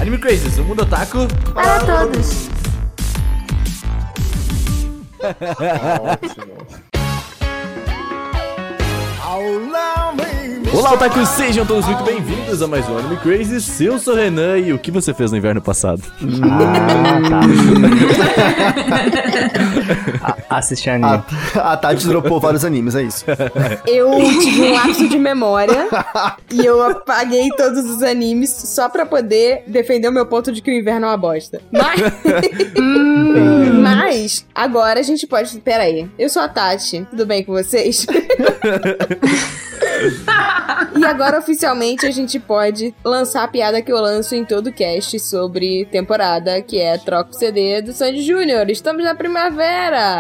Anime Crazes, o mundo otaku para todos. Olá, otakus, sejam todos muito bem-vindos a mais um Anime Crazes. Eu sou o Renan e o que você fez no inverno passado? Assisti anime. A Tati dropou vários animes, é isso. Eu tive um lapso de memória e eu apaguei todos os animes só pra poder defender o meu ponto de que o inverno é uma bosta. Mas agora a gente pode... Pera aí, eu sou a Tati, tudo bem com vocês? E agora, oficialmente, a gente pode lançar a piada que eu lanço em todo cast sobre temporada, que é Troca o CD do Sandy Júnior. Estamos na primavera!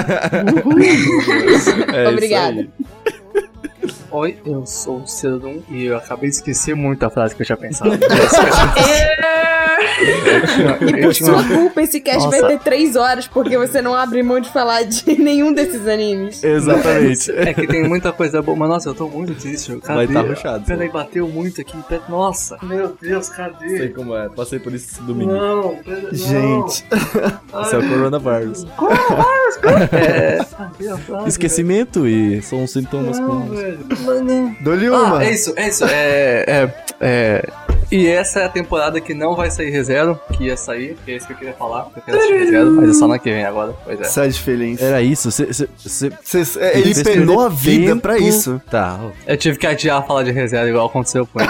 Obrigada. Oi, eu sou o Cedum e eu acabei de esquecer muito a frase que eu tinha pensado. E por sua culpa, esse cast vai ter 3 horas, porque você não abre mão de falar de nenhum desses animes. Exatamente. É que tem muita coisa boa, mas nossa, eu tô muito triste. Vai tá rushado. Peraí, bateu muito aqui. Nossa, meu Deus, cadê? Sei como é, passei por isso esse domingo. Não, Gente. Esse é o coronavírus. Cadê a frase? Esquecimento e são sintomas Não, comuns. velho. Mano. Dou-lhe uma. É isso. E essa é a temporada que não vai sair ReZero, que ia sair, que é isso que eu queria falar. Eu quero assistir ReZero, mas é só na que vem agora. Pois é. Sad feelings. Era isso? Ele penou a vida pra isso. Tá. Eu tive que adiar falar de ReZero igual aconteceu com ele.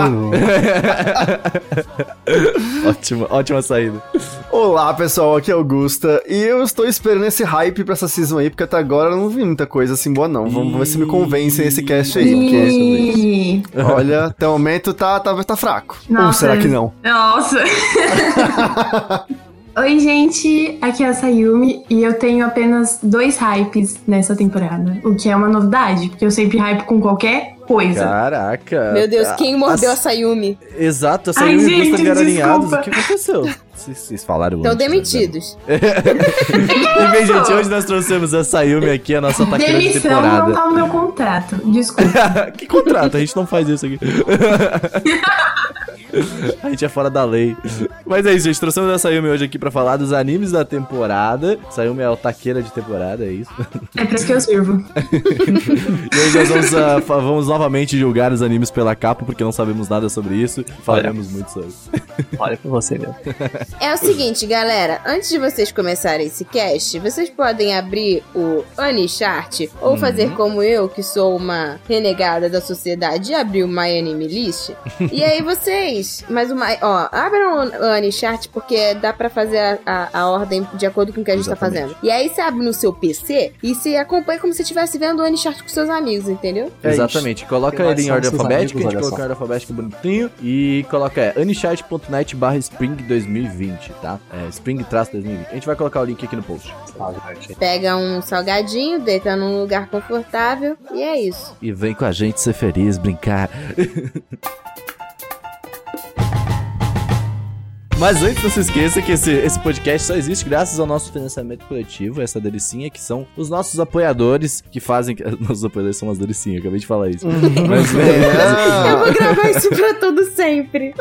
Ótima saída. Olá, pessoal, aqui é Augusta. E eu estou esperando esse hype pra essa season aí, porque até agora eu não vi muita coisa assim boa, não. Vamos ver se me convencem esse cast aí, porque... Olha, até o momento tá fraco. Nossa. Ou será que não? Nossa. Oi, gente, aqui é a Sayumi e eu tenho apenas 2 hypes nessa temporada, o que é uma novidade, porque eu sempre hype com qualquer coisa. Caraca. Meu Deus, quem mordeu a Sayumi? Exato, a Sayumi e o Gusta vieram alinhados. O que aconteceu? Vocês falaram Estão antes, demitidos. E bem, gente, hoje nós trouxemos a Sayumi aqui, a nossa ataqueira de Demissão temporada. não tá no meu contrato, desculpa. Que contrato? A gente não faz isso aqui. A gente é fora da lei. Mas é isso, gente. Trouxemos a Sayumi hoje aqui pra falar dos animes da temporada. Sayumi é a taqueira de temporada, é isso? É pra isso que eu sirvo. E hoje nós vamos novamente julgar os animes pela capa, porque não sabemos nada sobre isso. Falaremos muito sobre. Olha pra você, meu. É o seguinte, galera. Antes de vocês começarem esse cast, vocês podem abrir o Anichart ou fazer como eu, que sou uma renegada da sociedade, e abrir o My Anime List. E aí vocês... Mas o My... Ó, abram o Anichart porque dá pra fazer a ordem de acordo com o que a gente tá fazendo. E aí você abre no seu PC e você acompanha como se estivesse vendo o Anichart com seus amigos, entendeu? Exatamente. Coloca ele em ordem alfabética, a gente amigos, coloca em ordem alfabética bonitinho. E coloca anichart.net/Spring 2020, tá? Spring-2020. A gente vai colocar o link aqui no post. Pega um salgadinho, deita num lugar confortável e é isso. E vem com a gente ser feliz, brincar. Mas antes, não se esqueça que esse podcast só existe graças ao nosso financiamento coletivo, essa delicinha, que são os nossos apoiadores que fazem... Nossos apoiadores são umas delicinhas, acabei de falar isso. Mas, Eu vou gravar isso pra todo sempre.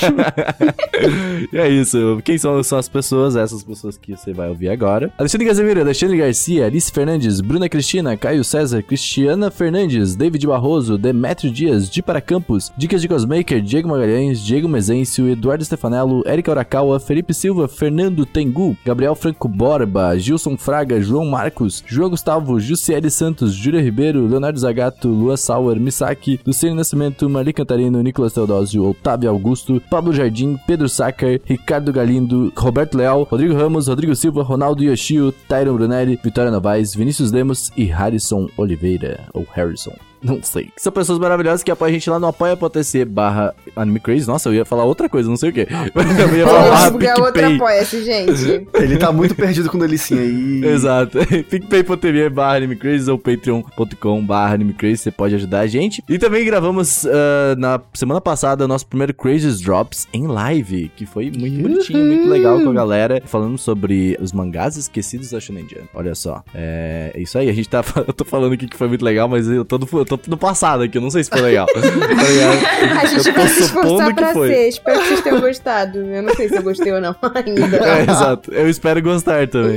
E é isso. Quem são as pessoas? Essas pessoas que você vai ouvir agora. Alexandre Casemiro, Alexandre Garcia, Alice Fernandes, Bruna Cristina, Caio César, Cristiana Fernandes, David Barroso, Demetrio Dias, Di para Campos, Dicas de Cosmaker, Diego Magalhães, Diego Mezencio, Eduardo Stefanello, Erika Urakawa, Felipe Silva, Fernando Tengu, Gabriel Franco Borba, Gilson Fraga, João Marcos, João Gustavo, Jussiele Santos, Júlia Ribeiro, Leonardo Zagato, Lua Sauer, Misaki, Luciano Nascimento, Marli Cantarino, Nicolas Teodósio, Otávio Augusto, Pablo Jardim, Pedro Sacker, Ricardo Galindo, Roberto Leal, Rodrigo Ramos, Rodrigo Silva, Ronaldo Yoshio, Tyron Brunelli, Vitória Novaes, Vinícius Lemos e Harrison Oliveira, ou Harrison. Não sei. São pessoas maravilhosas que apoiam a gente lá no apoia.se/AnimeCraze. Nossa, eu ia falar outra coisa, não sei o quê. Eu ia falar outra apoia-se, gente. Ele tá muito perdido com delicinha aí. Exato. PicPay.tv/AnimeCraze ou Patreon.com/AnimeCraze. Você pode ajudar a gente. E também gravamos na semana passada o nosso primeiro Crazy Drops em live, que foi muito bonitinho, muito legal com a galera, falando sobre os mangás esquecidos da Shonen Jump. Olha só. É isso aí. Eu tô falando aqui que foi muito legal, mas eu tô tô no passado aqui, eu não sei se foi legal. Tá ligado? A gente Eu tô vai se supondo esforçar que pra foi. ser. Espero que vocês tenham gostado. Eu não sei se eu gostei ou não ainda. Exato. Eu espero gostar também.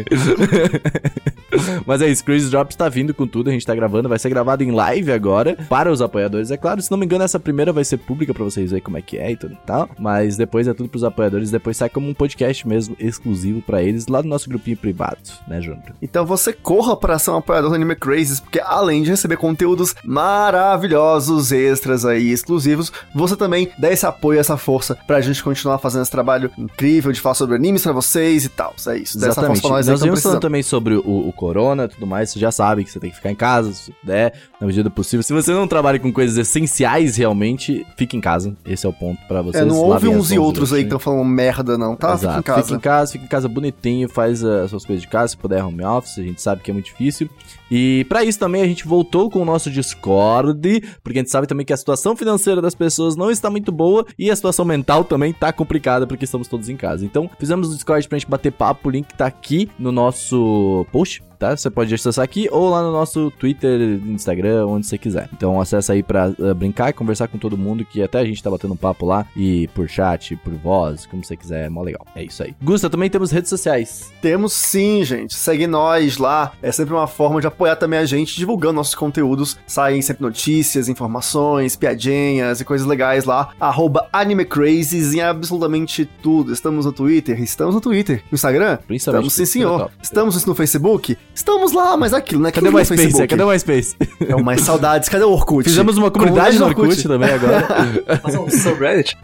Mas é isso, Crazy Drops tá vindo com tudo, a gente tá gravando, vai ser gravado em live agora, para os apoiadores, é claro. Se não me engano, essa primeira vai ser pública pra vocês verem como é que é e tudo e tal. Mas depois é tudo pros apoiadores, depois sai como um podcast mesmo, exclusivo pra eles, lá no nosso grupinho privado, né, Júnior? Então você corra para ser um apoiador do Anime Crazes, porque além de receber conteúdos maravilhosos, extras aí, exclusivos, você também dá esse apoio, essa força pra gente continuar fazendo esse trabalho incrível de falar sobre animes pra vocês e tal. É isso. Dessa Exatamente. força pra nós Nós aí vimos falando precisando. também sobre o corona e tudo mais, você já sabe que você tem que ficar em casa, se puder, na medida do possível. Se você não trabalha com coisas essenciais realmente, fique em casa. Esse é o ponto pra vocês. Não ouve Lavem as uns e mãos outros aí que direitinho. estão falando merda, não, tá? Exato. Fica em casa bonitinho, faz as suas coisas de casa, se puder home office, a gente sabe que é muito difícil. E pra isso também a gente voltou com o nosso Discord, porque a gente sabe também que a situação financeira das pessoas não está muito boa e a situação mental também tá complicada porque estamos todos em casa. Então fizemos o Discord pra gente bater papo, o link tá aqui no nosso post, tá? Você pode acessar aqui ou lá no nosso Twitter, Instagram, onde você quiser. Então acessa aí pra brincar e conversar com todo mundo, que até a gente tá batendo um papo lá, e por chat, por voz, como você quiser, é mó legal. É isso aí. Gusta, também temos redes sociais. Temos sim, gente. Segue nós lá. É sempre uma forma de apoiar também a gente, divulgando nossos conteúdos. Saem sempre notícias, informações, piadinhas e coisas legais lá. @AnimeCrazes em absolutamente tudo. Estamos no Twitter? Estamos no Twitter. No Instagram? Principalmente Estamos sim, no senhor. top. Estamos no Facebook? Estamos lá, mas aquilo, né? Cadê o MySpace? Cadê o MySpace? É mais saudades. Cadê o Orkut? Fizemos uma comunidade no Orkut também agora. Fazer um subreddit.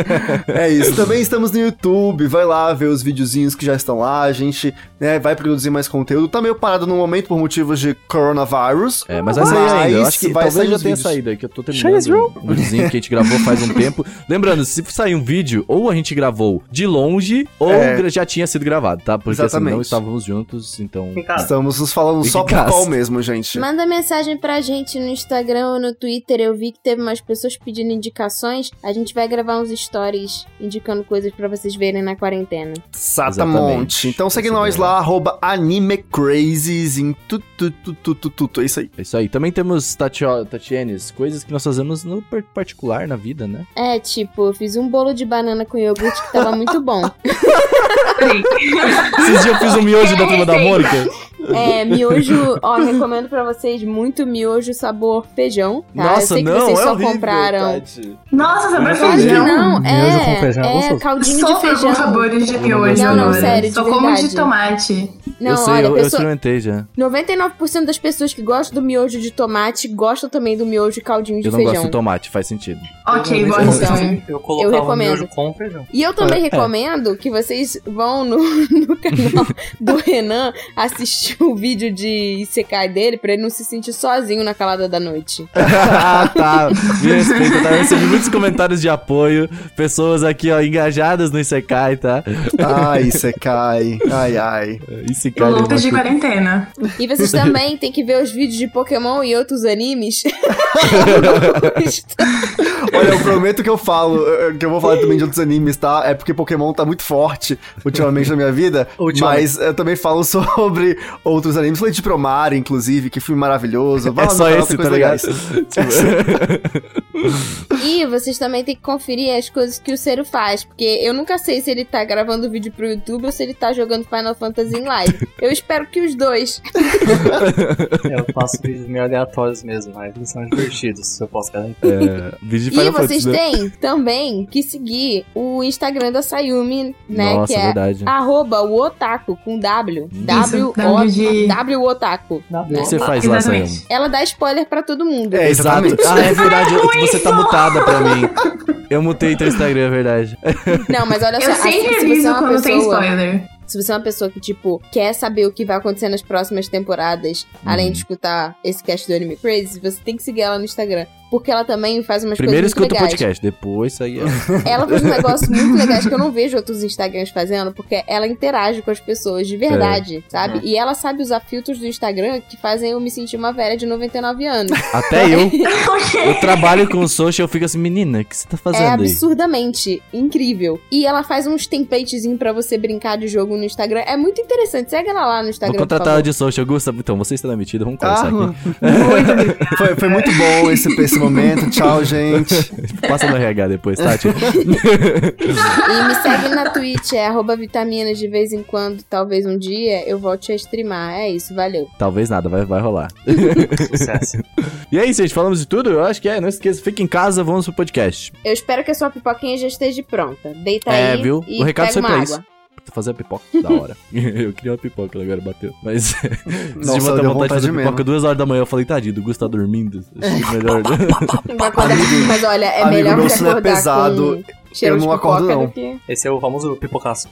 É isso. Também estamos no YouTube. Vai lá ver os videozinhos que já estão lá. A gente, né, vai produzir mais conteúdo. Tá meio parado no momento por motivos de coronavirus. É, mas vai sair ainda. Eu acho que vai talvez sair já os tenha vídeos. saído aí, que eu tô terminando um videozinho que a gente gravou faz um tempo. Lembrando, se sair um vídeo, ou a gente gravou de longe, ou já tinha sido gravado, tá? Porque assim, não Exatamente. estávamos juntos, então... Estamos nos falando Fique só em por casa. call mesmo, gente. Manda mensagem pra gente no Instagram ou no Twitter. Eu vi que teve umas pessoas pedindo indicações. A gente vai gravar uns stories indicando coisas pra vocês verem na quarentena. Exatamente. Então segue Isso nós mesmo. lá, @AnimeCrazes em tudo. É isso aí. É isso aí. Também temos Tatienes, coisas que nós fazemos no particular, na vida, né? É, tipo, eu fiz um bolo de banana com iogurte que tava muito bom. Esses dias eu fiz um miojo da Turma da Mônica. É, miojo, ó, recomendo pra vocês muito miojo sabor feijão, tá? Nossa, eu sei que não, vocês é só horrível, compraram. Tati. Nossa, sabor Claro que feijão. não, Miojo com feijão é é gostoso. caldinho Só de feijão. com sabores de miojo Não, agora. sério, de Só como verdade. de tomate. Não, eu sei, olha, eu pessoa, experimentei já. 99% das pessoas que gostam do miojo de tomate gostam também do miojo de caldinho de Eu não feijão. gosto do tomate, faz sentido. Ok, Eu bom recomendo- então. Eu colocava recomendo. miojo com feijão. E eu também recomendo que vocês vão no canal do Renan assistir o vídeo de Isekai dele pra ele não se sentir sozinho na calada da noite. Ah, tá. Me respeita, tá? Eu recebi muitos comentários de apoio. Pessoas aqui, ó, engajadas no Isekai, tá? Ai, você cai. Ai. Isekai. Lutas de quarentena. E vocês também têm que ver os vídeos de Pokémon e outros animes. Eu não gosto. Olha, eu prometo que eu falo, que eu vou falar também de outros animes, tá? É porque Pokémon tá muito forte ultimamente na minha vida. Mas eu também falo sobre outros animes. Falei de Promare, inclusive, que filme maravilhoso. Vai É lá no só canal, esse, tem tá coisas ligado? legais. E vocês também têm que conferir as coisas que o Cero faz, porque eu nunca sei se ele tá gravando vídeo pro YouTube ou se ele tá jogando Final Fantasy em live. Eu espero que os dois. Eu faço vídeos meio aleatórios mesmo, mas eles são divertidos, eu posso garantir. Vídeo de E Final vocês Fantasy, né? têm também que seguir o Instagram da Sayumi, né? Nossa, que é verdade. @wotaku com W. Isso, W de- W Otaku. O que você faz lá, Exatamente. Sayumi? Ela dá spoiler pra todo mundo. É, Exato. exatamente. Ah, é verdade. Você tá mutada pra mim. Eu mutei teu Instagram, é verdade. Não, mas olha só. Eu sempre se você é aviso uma quando tem pessoa- spoiler. Se você é uma pessoa que, tipo, quer saber o que vai acontecer nas próximas temporadas, além de escutar esse cast do Anime Crazy, você tem que seguir ela no Instagram. porque ela também faz umas Primeiro coisas muito escuta o legais. podcast, depois segue ela. Ela faz um negócio muito legal que eu não vejo outros Instagrams fazendo, porque ela interage com as pessoas de verdade, sabe? E ela sabe usar filtros do Instagram que fazem eu me sentir uma velha de 99 anos. Até eu trabalho com social, eu fico assim, menina, o que você tá fazendo É aí? absurdamente incrível. E ela faz uns templatezinhos pra você brincar de jogo no Instagram. É muito interessante. Segue ela lá no Instagram, Vou contratar por ela favor. de social, Gustavo. Então, você está demitido, vamos conversar aqui. Foi muito bom esse momento. Tchau, gente. Passa no RH depois, tá, tia? E me segue na Twitch, é @vitaminas. De vez em quando, talvez um dia, eu volte a streamar. É isso, valeu. Talvez nada, vai rolar. Sucesso. E é isso, gente, falamos de tudo? Eu acho que é, não esqueça, fica em casa, vamos pro podcast. Eu espero que a sua pipoquinha já esteja pronta. Deita aí Viu? e O recado pega foi uma pra água. isso. Pra fazer a pipoca, da hora. Eu queria uma pipoca, ela agora bateu. Mas, Nossa, de deu vontade de vontade fazer pipoca mesmo. 2 horas da manhã, eu falei, tadinho, o Gus tá dormindo. Acho melhor. Mas olha, é amigo, melhor meu você sono é acordar pesado. com cheiro Eu de não pipoca acordo, não. do que... Esse é o famoso pipocaço.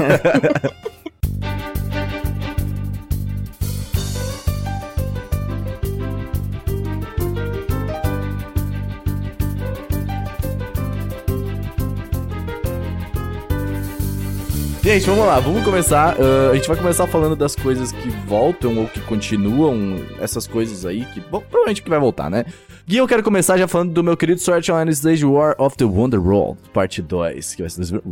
Gente, vamos lá, vamos começar. A gente vai começar falando das coisas que voltam ou que continuam, essas coisas aí, que bom, provavelmente que vai voltar, né? E eu quero começar já falando do meu querido Sword Art Online Stage War of the Wonderworld, parte 2, que vai ser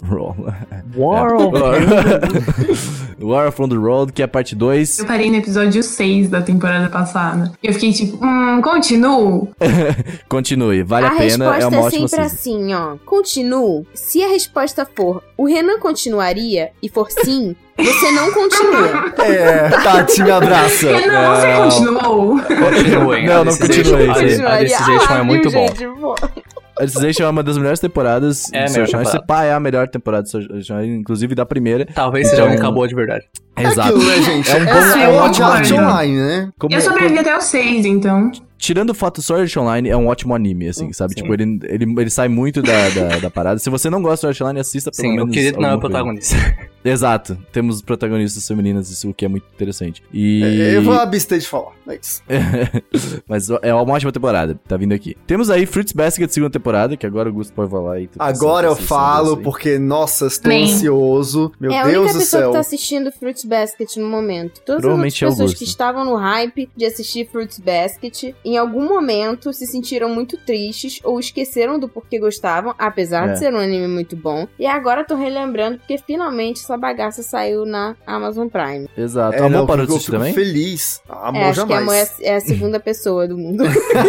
War of Wonderworld, que é a parte 2. Eu parei no episódio 6 da temporada passada. Eu fiquei tipo, continuo? Continue, vale a pena, resposta é uma ótima sempre season. assim, ó. Continuo. Se a resposta for o Renan continuaria e for sim, você não continua. É, Tati, me abraça. Não, você continuou? Continuem. Não, não continuei, A sim. Decision é muito bom. A Decision é uma das melhores temporadas É a de melhor Sword Art Online. temporada. Se pá, é a melhor temporada de Sword Art Online, inclusive da primeira. Talvez seja a única boa de verdade. Exato. Aquilo, né, gente? É um bom- É um ótimo arte concordo. online, né? Como- Eu sobrevivi até o 6, então. Tirando o fato, Sword Art Online é um ótimo anime, assim, sabe? Sim. Tipo, ele sai muito da parada. Se você não gosta de Sword Art Online, assista pelo Sim, menos o querido não é o alguma coisa. protagonista. Exato. Temos protagonistas femininas, isso que é muito interessante. E... Eu vou abster de falar. É isso. Mas é uma ótima temporada, tá vindo aqui. Temos aí Fruits Basket segunda temporada, que agora o Gusto pode falar aí. Agora eu Assistam falo, dessa aí. porque, nossa, estou Nem. ansioso. Meu É a Deus única do pessoa céu. que tá assistindo Fruits Basket no momento. Todas as outras Provavelmente é o pessoas Augusto. que estavam no hype de assistir Fruits Basket, em algum momento se sentiram muito tristes ou esqueceram do porquê gostavam, apesar É. de ser um anime muito bom. E agora tô relembrando porque finalmente essa bagaça saiu na Amazon Prime. Exato. É, Amor não, parou eu de assistir fico também? feliz. Amor, Acho que a jamais. Amor é a segunda pessoa do mundo.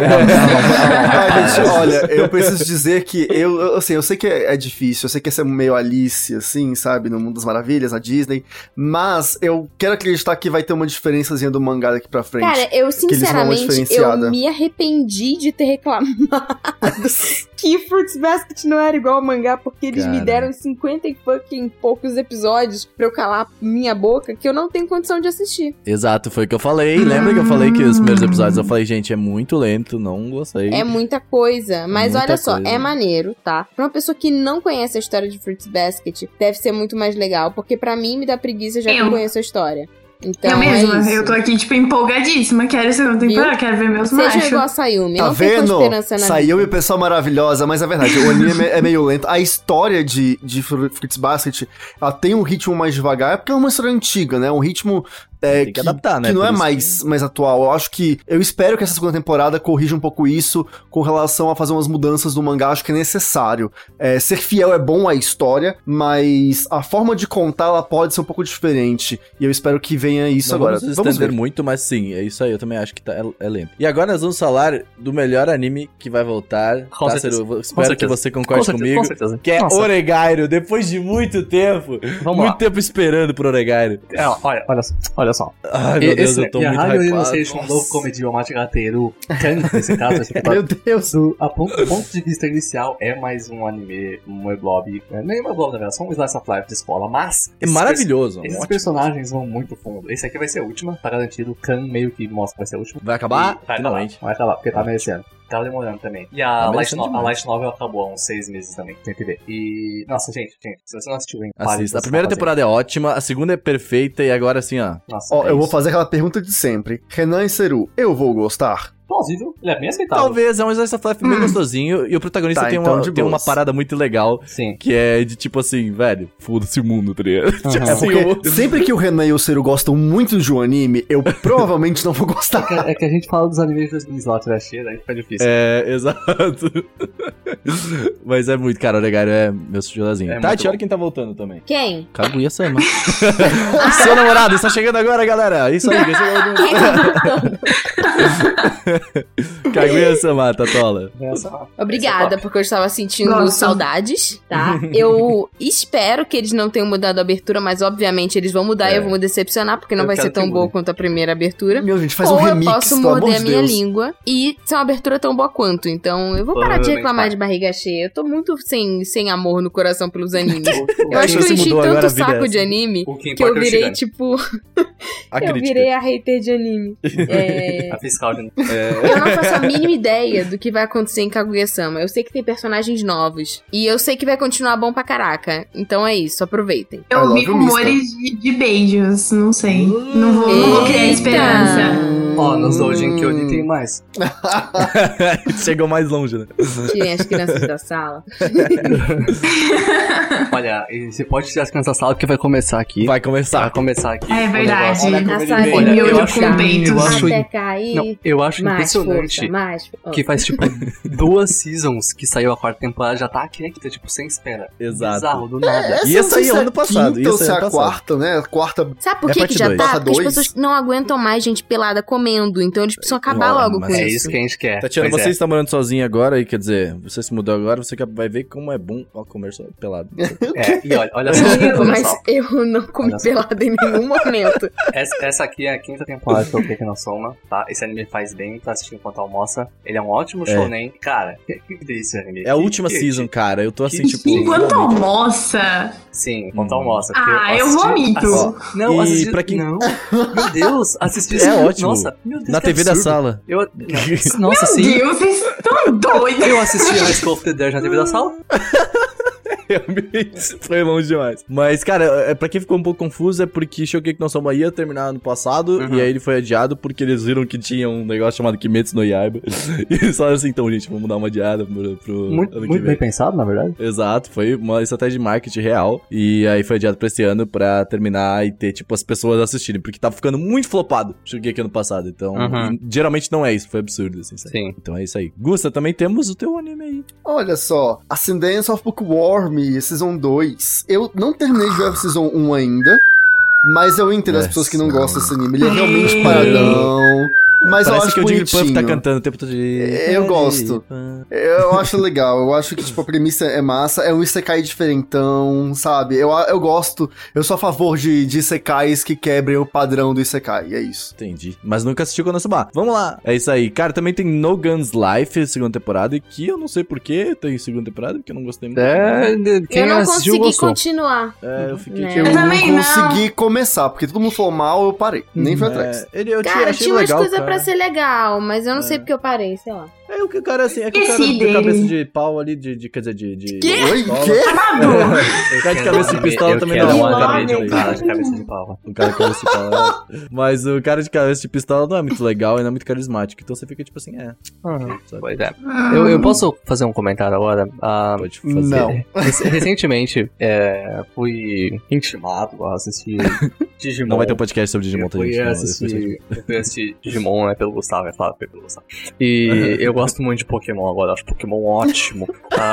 Ai, gente, olha, eu preciso dizer que assim, eu sei que é difícil, eu sei que esse é meio Alice, assim, sabe, no Mundo das Maravilhas, na Disney, mas eu quero acreditar que vai ter uma diferençazinha do mangá daqui pra frente. Cara, eu eles vão dar uma sinceramente, diferenciada. eu me arrependi de ter reclamado que Fruits Basket não era igual ao mangá, porque eles me Cara. deram 50 e fucking poucos episódios pra eu calar minha boca, que eu não tenho condição de assistir. Exato, foi o que eu falei. Lembra que eu falei que os primeiros episódios eu falei, gente, é muito lento, não gostei. É muita coisa. Mas Muita olha só, coisa. é maneiro, tá? Pra uma pessoa que não conhece a história de Fruits Basket, deve ser muito mais legal, porque pra mim me dá preguiça já que eu Eu. conheço a história. Então, eu mesma, é isso. eu tô aqui, tipo, empolgadíssima. Quero segunda temporada, Viu? quero ver meus Seja machos. igual a Sayumi, Tá não tem vendo? esperança na Saiu vida. e pessoa maravilhosa, mas é verdade, o anime é meio lento. A história de Fruits Basket, ela tem um ritmo mais devagar, porque é uma história antiga, né? Um ritmo Tem que adaptar, né? que não Por é isso mais atual. Eu espero que essa segunda temporada corrija um pouco isso com relação a fazer umas mudanças no mangá, acho que é necessário. Ser fiel é bom à história, mas a forma de contar ela pode ser um pouco diferente. E eu espero que venha isso Não agora. vamos Vamos estender ver. muito, mas sim, é isso aí, eu também acho que é lento. E agora nós vamos falar do melhor anime que vai voltar. Com certeza. Cícero? Eu espero que certeza. você concorde comigo. Com certeza. Que é Nossa. Oregairo, depois de muito tempo. Vamos muito lá. tempo esperando por Oregairo. Olha só. Ai, meu Deus, eu tô muito hypado. hypado. Um novo comedy Matigateru. Nesse caso, esse Meu Deus. A ponto de vista inicial, é mais um anime, um weblob. Nem um weblob, na verdade, só um slice of life de escola, mas... É maravilhoso. Esses ótimo. personagens vão muito fundo. Esse aqui vai ser a última, tá garantido. O Khan meio que mostra que vai ser a última. Vai acabar? Vai Finalmente. acabar, porque tá merecendo. Tava demorando também. E Tá a Light, merecendo demais. Light Novel acabou há uns 6 meses também, tem que ver. E... Nossa, gente, se você não assistiu, hein, pare Assista. o A que você primeira tá temporada é ótima, a segunda é perfeita e agora assim, ó. fazendo. Nossa, Ó, é eu vou isso. fazer aquela pergunta de sempre. Renan e Seru, eu vou gostar? plausível. Ele é bem aceitável. Talvez, é um slice of life bem gostosinho. E o protagonista Tá, tem, então, uma, de tem uma boas. parada muito legal. Sim. Que é de tipo assim, velho, foda-se o mundo, tá ligado? Tipo É assim, porque sempre que o Renan e o Ciro gostam muito de um anime, eu provavelmente não vou gostar. É que a gente fala dos animes de 2000 lá, tracheira, aí fica difícil. É, exato. Mas é muito, cara, o Olegário é meu sujulazinho. É Tati, muito olha bom. quem tá voltando também. Quem? Kaguya-sama. Seu namorado está chegando agora, galera. Isso aí, Kaguya-sama, Tatola. Obrigada, porque eu estava sentindo Gosto. saudades, tá? Eu espero que eles não tenham mudado a abertura, mas obviamente eles vão mudar e eu vou me decepcionar, porque não Eu vai quero ser tão que boa mude. quanto a primeira abertura. Meu, gente, faz Ou um remix, eu posso pelo amor morder a de minha Deus. língua. língua e ser uma abertura tão boa quanto. Então eu vou parar de Provavelmente reclamar vai. de barriga cheia. Eu tô muito sem amor no coração pelos animes. O Eu acho que eu Você enchi mudou agora, tanto a vida é saco essa. de anime O que que eu importa é o virei, Shigami. tipo... A eu crítica. virei a hater de anime. É... A fiscal de... Eu não faço a mínima ideia do que vai acontecer em Kaguya-sama. Eu sei que tem personagens novos. E eu sei que vai continuar bom pra caraca. Então é isso, aproveitem. Eu I love ouvi you, rumores de beijos, não sei. Não vou criar Eita. esperança. Ó, nos doujin que eu li tem mais. Chegou mais longe, né? Tirem as crianças da sala. Olha, e você pode tirar as crianças da sala porque vai começar aqui. Vai começar. Vai começar aqui. É o verdade. negócio. Olha como ele Açaí, veio. Olha, eu miojo acho- com peitos. eu acho- até cair. Não, eu acho mais impressionante força, mais força. que faz, tipo, 2 seasons que saiu a 4ª temporada, já tá aqui, tipo, sem espera. Exato. Bizarro, do nada. Ia Essa não sei sair se é ano a passado, quinta ia ou sair se é ano a passado. quarta, né? A quarta. Sabe por É que parte já dois. tá? Barra Porque as dois. pessoas não aguentam mais gente pelada comendo. Então eles precisam acabar Ó, logo mas com É isso. isso que a gente quer. Tatiana, Pois você é. está morando sozinha agora e quer dizer, você se mudou agora, você vai ver como é bom comer só pelado. É, e olha só. olha Mas só. eu não comi Olha só. pelada em nenhum momento. Essa aqui é a 5ª temporada que eu Keki no Soma, tá? Esse anime faz bem pra assistir enquanto almoça. Ele é um ótimo shonen. Cara, que delícia esse anime. É a última season, cara. Eu tô assim, que tipo... sim. Enquanto realmente. almoça. Sim, enquanto almoça. porque Ah, eu assisti- vomito. Não, E assisti... pra quem- Não, meu Deus, assisti... É ótimo. Nossa, meu Deus, Na que TV da absurdo. sala. Eu... Nossa, Meu sim. Deus, vocês estão doidos. Eu assisti High School of the Dead na TV da sala. Realmente, foi longe demais. Mas, cara, pra quem ficou um pouco confuso é porque Shokugeki no Soma ia terminar ano passado e aí ele foi adiado porque eles viram que tinha um negócio chamado Kimetsu no Yaiba. E eles falaram assim, então, gente, vamos dar uma adiada pro ano que Muito vem. bem pensado, na verdade. Exato, foi uma estratégia de marketing real. E aí foi adiado pra esse ano pra terminar e ter, tipo, as pessoas assistirem. Porque tava ficando muito flopado Shokugeki ano passado. Então, Uhum. e geralmente não é isso, foi absurdo, assim, sabe? Sim. Então é isso aí. Gusta, também temos o teu anime aí. Olha só, Ascendance of Bookworm, Season 2. Eu não terminei de ver a Season 1 ainda, mas eu entendo as pessoas que não gostam desse anime. Ele é realmente paradão, mas eu Parece acho que o Jigglypuff bonitinho. tá cantando o tempo todo de... Eu gosto. Eu acho legal, eu acho que, tipo, a premissa é massa, é um isekai diferentão, sabe? Eu gosto, eu sou a favor de isekais que quebrem o padrão do isekai, é isso. Entendi. Mas nunca assistiu Konosuba. Vamos lá. É isso aí. Cara, também tem No Guns Life, segunda temporada, e que eu não sei porquê tem segunda temporada, porque eu não gostei muito. Quem eu não assistiu consegui gostou. continuar. É, eu fiquei Né? tipo... Eu também não não. consegui começar, porque todo mundo falou mal, eu parei. Nem fui atrás. Eu Cara, achei tinha umas legal, coisas cara. pra ser legal, mas eu não sei porque eu parei, sei lá. É o que o cara, assim, é que o cara Esqueci de cabeça dele. de pau ali, quer dizer, de Quê? Oi? pistola. Quê? O cara de cabeça de pistola também não não. é um nome. anime de um cara de cabeça de pau. O cara de cabeça de pistola. Mas o cara de cabeça de pistola não é muito legal e não é muito carismático. Então você fica tipo assim, sabe? Pois é. Eu posso fazer um comentário agora? Pode fazer. Não. Recentemente, fui intimado a assistir Digimon. Não vai ter um podcast sobre Digimon, tá, Eu gente? Não, fui assistir Digimon, pelo Gustavo, é claro que foi pelo Gustavo. E eu gosto muito de Pokémon agora, acho Pokémon ótimo.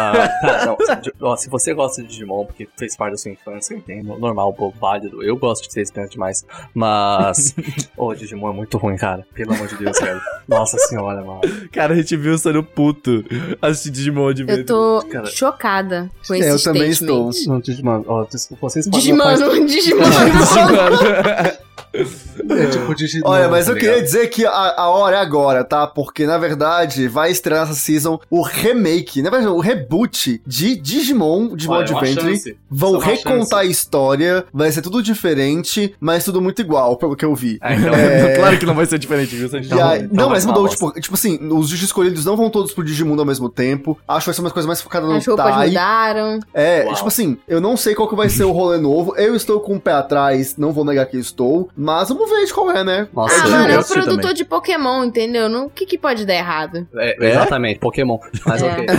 Se você gosta de Digimon, porque fez parte da sua infância, eu entendo, normal, pô, válido. Eu gosto de ser esperto demais, mas... Digimon é muito ruim, cara. Pelo amor de Deus, velho. Nossa senhora, mano. Cara, a gente viu o Sano puto assistir Digimon de vez. Eu tô Cara. chocada com esse Eu também statement. Não, Digimon, desculpa, vocês podem... Digimano. É tipo Digimon. Olha, mas tá eu queria ligado? dizer que a hora é agora, tá? Porque, na verdade, vai estrear essa season o remake, na verdade, o reboot de Digimon Olha, é uma Adventure. chance. Vão Isso é uma recontar a história, vai ser tudo diferente, mas tudo muito igual, pelo que eu vi. Então, Claro que não vai ser diferente, viu? E aí- então não, vai mas ser uma mudou, bosta. tipo assim, os Digis escolhidos não vão todos pro Digimundo ao mesmo tempo. Acho que vai ser uma coisa mais focada no As roupas Tai. mudaram. É, Uau. tipo assim, eu não sei qual que vai ser o rolê novo. Eu estou com o pé atrás, não vou vou negar que estou, mas vamos ver de qual é, né? Nossa, Ah, eu mano, é o assisti produtor também. de Pokémon, entendeu? O que pode dar errado? Exatamente, Pokémon. Mas É. ok.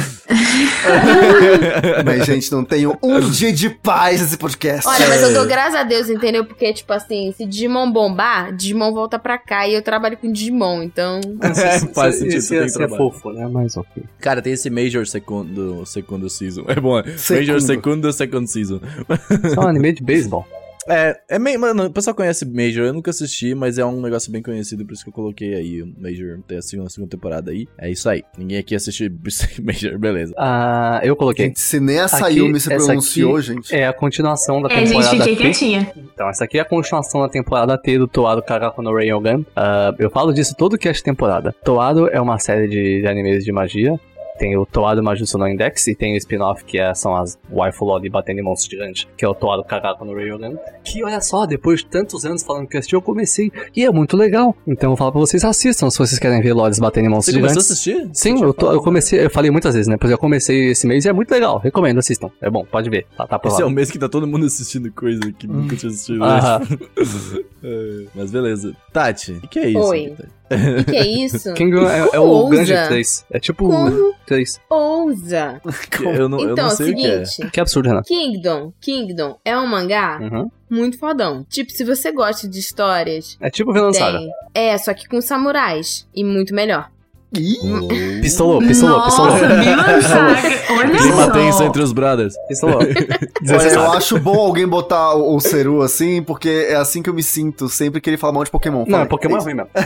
Mas, gente, não tenho um dia de paz nesse podcast. Olha, mas eu dou graças a Deus, entendeu? Porque, tipo assim, se Digimon bombar, Digimon volta pra cá e eu trabalho com Digimon, então... Faz sentido, Isso você tem ia que ser trabalhar. fofo, né? Mas ok. Cara, tem esse Major segundo season. É bom, Major second season. Só um anime de beisebol. É meio, mano, o pessoal conhece Major, eu nunca assisti, mas é um negócio bem conhecido, por isso que eu coloquei aí o Major, tem a segunda temporada aí. É isso aí, ninguém aqui assiste Major, beleza. Ah, eu coloquei. Gente, se nem a Aqui, Sayumi se essa pronunciou, aqui gente. É a continuação da É, temporada gente, fiquei T. quietinha. Então, essa aqui é a continuação da temporada T do Toado Kagako no Reiyogan. Eu falo disso todo que é temporada. Toado é uma série de animes de magia. Tem o Toado Majutsu no Index e tem o spin-off que são as waifu loli batendo em monstros gigantes, que é o Toado Kagako no Reiyogan. Que, olha só, depois de tantos anos falando que assisti, eu comecei e é muito legal. Então eu falo pra vocês, assistam se vocês querem ver lolis batendo em Você monstros começou a gigantes. assistir? Sim, eu comecei, eu falei muitas vezes, né? Pois eu comecei esse mês e é muito legal. Recomendo, assistam. É bom, pode ver. Tá por Esse é lá. o mês que tá todo mundo assistindo coisa que nunca tinha assistido. Né? Aham. Mas beleza. Tati, o que é isso? Oi. Tati? O que é isso? Kingdom é o Ousa. grande 3. É tipo Como? 3. Ousa! Eu não Então, sei o que é. seguinte, Que absurdo, Renato. Kingdom é um mangá Uhum. muito fodão. Tipo, se você gosta de histórias, É tipo Vinland Saga. tem. É, só que com samurais. E muito melhor. Ih, Pistolou. Nossa, Vinland Saga. Olha Clima só. tenso entre os brothers. Pistolou. olha, eu acho bom alguém botar o Seru assim, porque é assim que eu me sinto sempre que ele fala mal de Pokémon. Não, Fala, Pokémon é isso. ruim mesmo.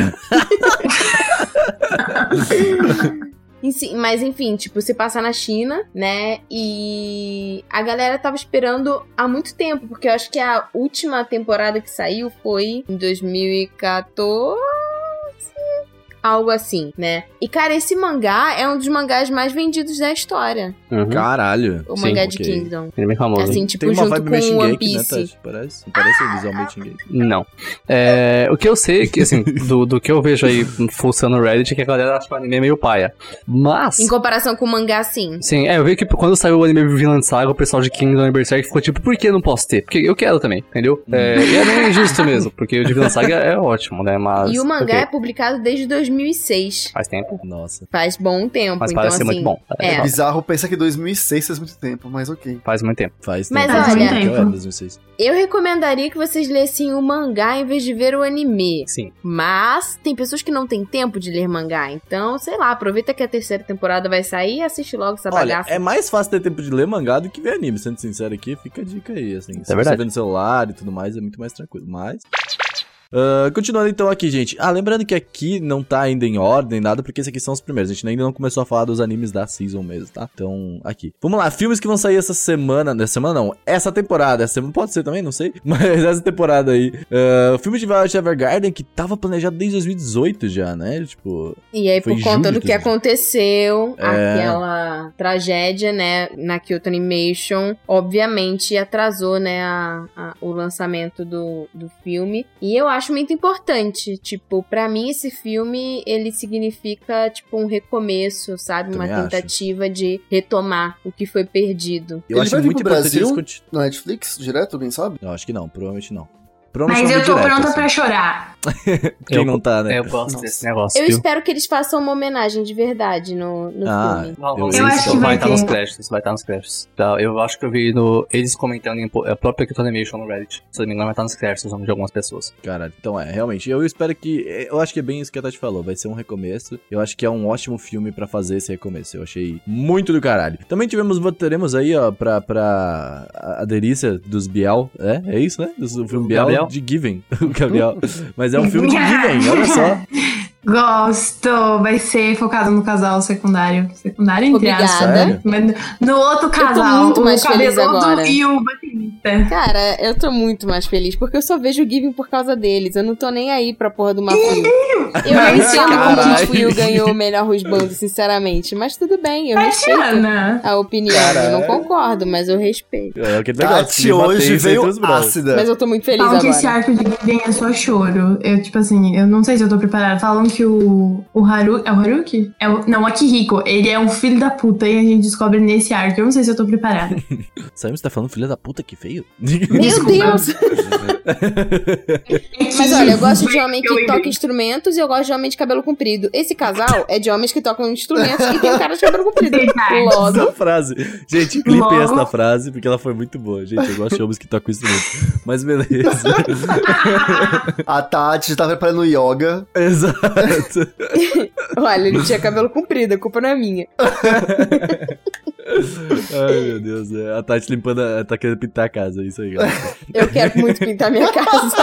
Mas enfim, tipo, você passa na China, né? E a galera tava esperando há muito tempo, porque eu acho que a última temporada que saiu foi em 2014. Algo assim, né? E, cara, esse mangá é um dos mangás mais vendidos da história. Uhum. Caralho. O Sim, mangá de ok. Kingdom. Ele é bem famoso. Assim, tipo, Tem uma junto vibe meio com One Shingeki, né, Piece. Tati? Parece? Não parece visualmente Shingeki. Não. O que eu sei, que assim, do que eu vejo aí fuçando no Reddit, é que a galera acha que o anime é meio paia. Mas... Em comparação com o mangá, sim. Sim, eu vi que quando saiu o anime Vinland Saga, o pessoal de Kingdom e Berserk ficou tipo, por que eu não posso ter? Porque eu quero também, entendeu? E é meio injusto mesmo, porque o de Vinland Saga é ótimo, né? Mas... E o mangá ok. é publicado desde 2006. Faz tempo. Nossa. Faz bom tempo. Mas então, parece ser assim, muito bom. É É. legal. Bizarro pensar que 2006 faz muito tempo, mas ok. Faz muito tempo. Faz Mas tempo. olha- Que eu era 2006. Eu recomendaria que vocês lessem o mangá em vez de ver o anime. Sim. Mas tem pessoas que não têm tempo de ler mangá. Então, sei lá, aproveita que a terceira temporada vai sair e assiste logo essa Olha, bagaça. é mais fácil ter tempo de ler mangá do que ver anime, sendo sincero aqui, fica a dica aí, assim. Se você verdade. vê no celular e tudo mais, é muito mais tranquilo, mas... continuando então aqui, gente. Lembrando que aqui não tá ainda em ordem, nada, porque esses aqui são os primeiros. A gente ainda não começou a falar dos animes da season mesmo, tá? Então, aqui. Vamos lá, filmes que vão sair essa semana. Essa semana não, essa temporada. Essa semana pode ser também, não sei. Mas essa temporada aí. O filme de Violet Evergarden, que tava planejado desde 2018 já, né? Tipo... E aí, Foi por conta julho do que de- aconteceu, É. aquela tragédia, né, na Kyoto Animation, obviamente atrasou, né, o lançamento do filme. E eu acho muito importante. Tipo, pra mim, esse filme, ele significa, tipo, um recomeço, sabe? Uma Também acho. tentativa de retomar o que foi perdido. Eu Ele acho vai vir muito pro importante Brasil? eles continuarem. Na Netflix, direto, alguém sabe? Eu acho que não, provavelmente não. Mas eu tô pronta pra assim. chorar. Quem não tá, né? Eu gosto Nossa. desse negócio, Eu viu? espero que eles façam uma homenagem de verdade no filme. Eu acho que vai estar ter. nos créditos, vai estar nos créditos. Tá, eu acho que eu vi eles comentando em a própria Kyoto Animation no Reddit. Se não me engano, vai estar nos créditos o nome de algumas pessoas. Cara, então realmente, eu espero que... Eu acho que é bem isso que a Tati falou, vai ser um recomeço. Eu acho que é um ótimo filme pra fazer esse recomeço. Eu achei muito do caralho. Também teremos aí, ó, pra a delícia dos Biel. É isso, né? Do filme Biel Gabriel? de Given. O Gabriel. Mas é um filme de Given, olha só. Gosto. Vai ser focado no casal secundário. Secundário, entre Obrigada. aspas. Mas no outro casal. muito mais o feliz cabeludo agora. e o baterista. Cara, eu tô muito mais feliz, porque eu só vejo o Giving por causa deles. Eu não tô nem aí pra porra do Mafuyu. Eu não entendo como o Caralho. Mafuyu ganhou o melhor rusbando, sinceramente. Mas tudo bem, eu respeito Tatiana. a opinião. Eu não concordo, mas eu respeito. É o que ele negócio, Tati clima hoje tenso veio entre os brothers. ácida. Mas eu tô muito feliz Falam que esse agora. arco de Given é só choro. Eu, tipo assim, eu não sei se eu tô preparada. Falam que o Haruki... É o Haruki? Não, o Akihiko. Ele é um filho da puta e a gente descobre nesse arco. Eu não sei se eu tô preparada. Sabe, você tá falando filho da puta, que feio? Meu Deus! Mas olha, eu gosto de homem que toca instrumentos e eu gosto de homem de cabelo comprido. Esse casal é de homens que tocam instrumentos e tem um cara de cabelo comprido. Logo. Essa frase. Gente, clipem essa frase, porque ela foi muito boa. Gente, eu gosto de homens que tocam instrumentos. Mas beleza. A Tati tá preparando yoga. Exato. Olha, ele tinha cabelo comprido, a culpa não é minha. Ai, meu Deus. A Tati limpando, tá querendo pintar a casa, é isso aí, galera. Eu quero muito pintar minha casa.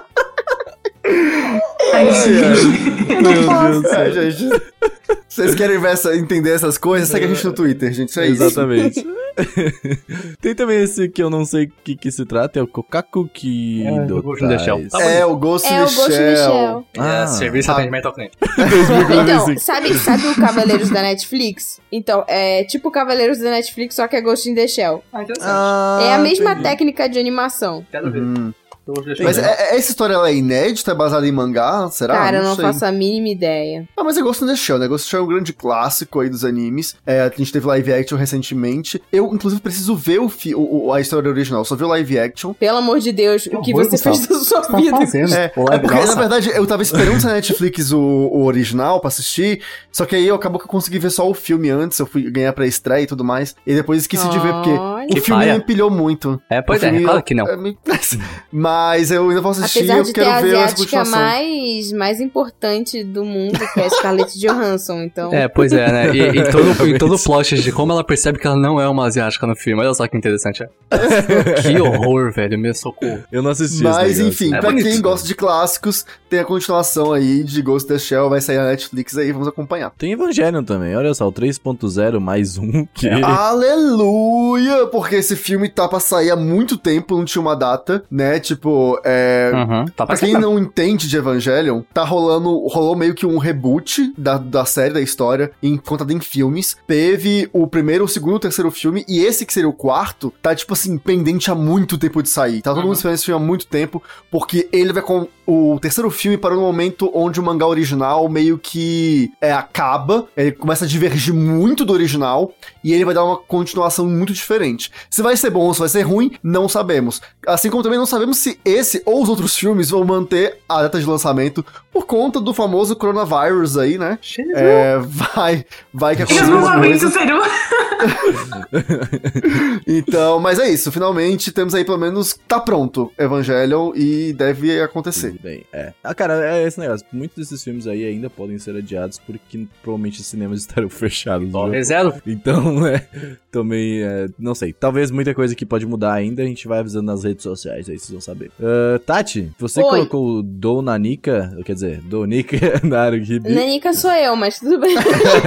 Meu Deus do céu. Gente, vocês querem entender essas coisas? Segue a gente no Twitter, gente. Isso é isso. Exatamente. Tem também esse que eu não sei o que se trata, é o Kokakuki do Ghost in the Shell. Tais. É o Ghost in É o the Ghost in the Shell. Serviço de atendimento ao cliente. Então, sabe o Cavaleiros da Netflix? Então, é tipo Cavaleiros da Netflix, só que é Ghost in the Shell. É a mesma técnica de animação. Quero ver. Mas essa história ela é inédita, é baseada em mangá? Será? Cara, eu não sei. faço a mínima ideia. Ah, mas é Ghost in the Shell, né? Ghost in the Shell é um grande clássico aí dos animes. A gente teve live action recentemente. Eu, inclusive, preciso ver a história original. Só vi o live action. Pelo amor de Deus, o que você fez da sua vida? Porque, na verdade, eu tava esperando na Netflix o original pra assistir, só que aí acabou que eu consegui ver só o filme antes, eu fui ganhar pra estreia e tudo mais, e depois esqueci de ver, porque o filme me pilhou muito. Pois é, claro que não. Mas eu ainda vou assistir, Apesar eu de ter quero a ver a asiática continuação. mais importante do mundo, que é a Scarlett Johansson, então... Pois é, né? E todo o plot de como ela percebe que ela não é uma asiática no filme. Olha só que interessante. Que horror, velho. Meu socorro. Eu não assisti Mas, esse negócio. enfim, pra bonito. quem gosta de clássicos, tem a continuação aí de Ghost in the Shell, vai sair na Netflix aí, vamos acompanhar. Tem Evangelion também, olha só, o 3.0 mais um que... Aleluia! Porque esse filme tá pra sair há muito tempo, não tinha uma data, né? Tipo, Tá pra quem não entende de Evangelion, rolou meio que um reboot da série, da história, contada em filmes. Teve o primeiro, o segundo, o terceiro filme, e esse que seria o quarto, tá, tipo assim, pendente há muito tempo de sair. Tá todo mundo esperando esse filme há muito tempo, porque ele vai com... O terceiro filme parou no momento onde o mangá original meio que acaba, ele começa a divergir muito do original, e ele vai dar uma continuação muito diferente. Se vai ser bom ou se vai ser ruim, não sabemos. Assim como também não sabemos se esse ou os outros filmes vão manter a data de lançamento por conta do famoso coronavírus aí, né? Vai que acontece alguma coisa. Então, mas é isso. Finalmente temos aí pelo menos, tá pronto Evangelion e deve acontecer. Bem, cara, é esse negócio. Muitos desses filmes aí ainda podem ser adiados porque provavelmente os cinemas estarão fechados. Zero. Então, também, não sei. Talvez muita coisa que pode mudar ainda, a gente vai avisando nas redes sociais, aí vocês vão saber. Tati, você colocou o Donanika, quer dizer, Donika Naruhibi. Nanika sou eu, mas tudo bem.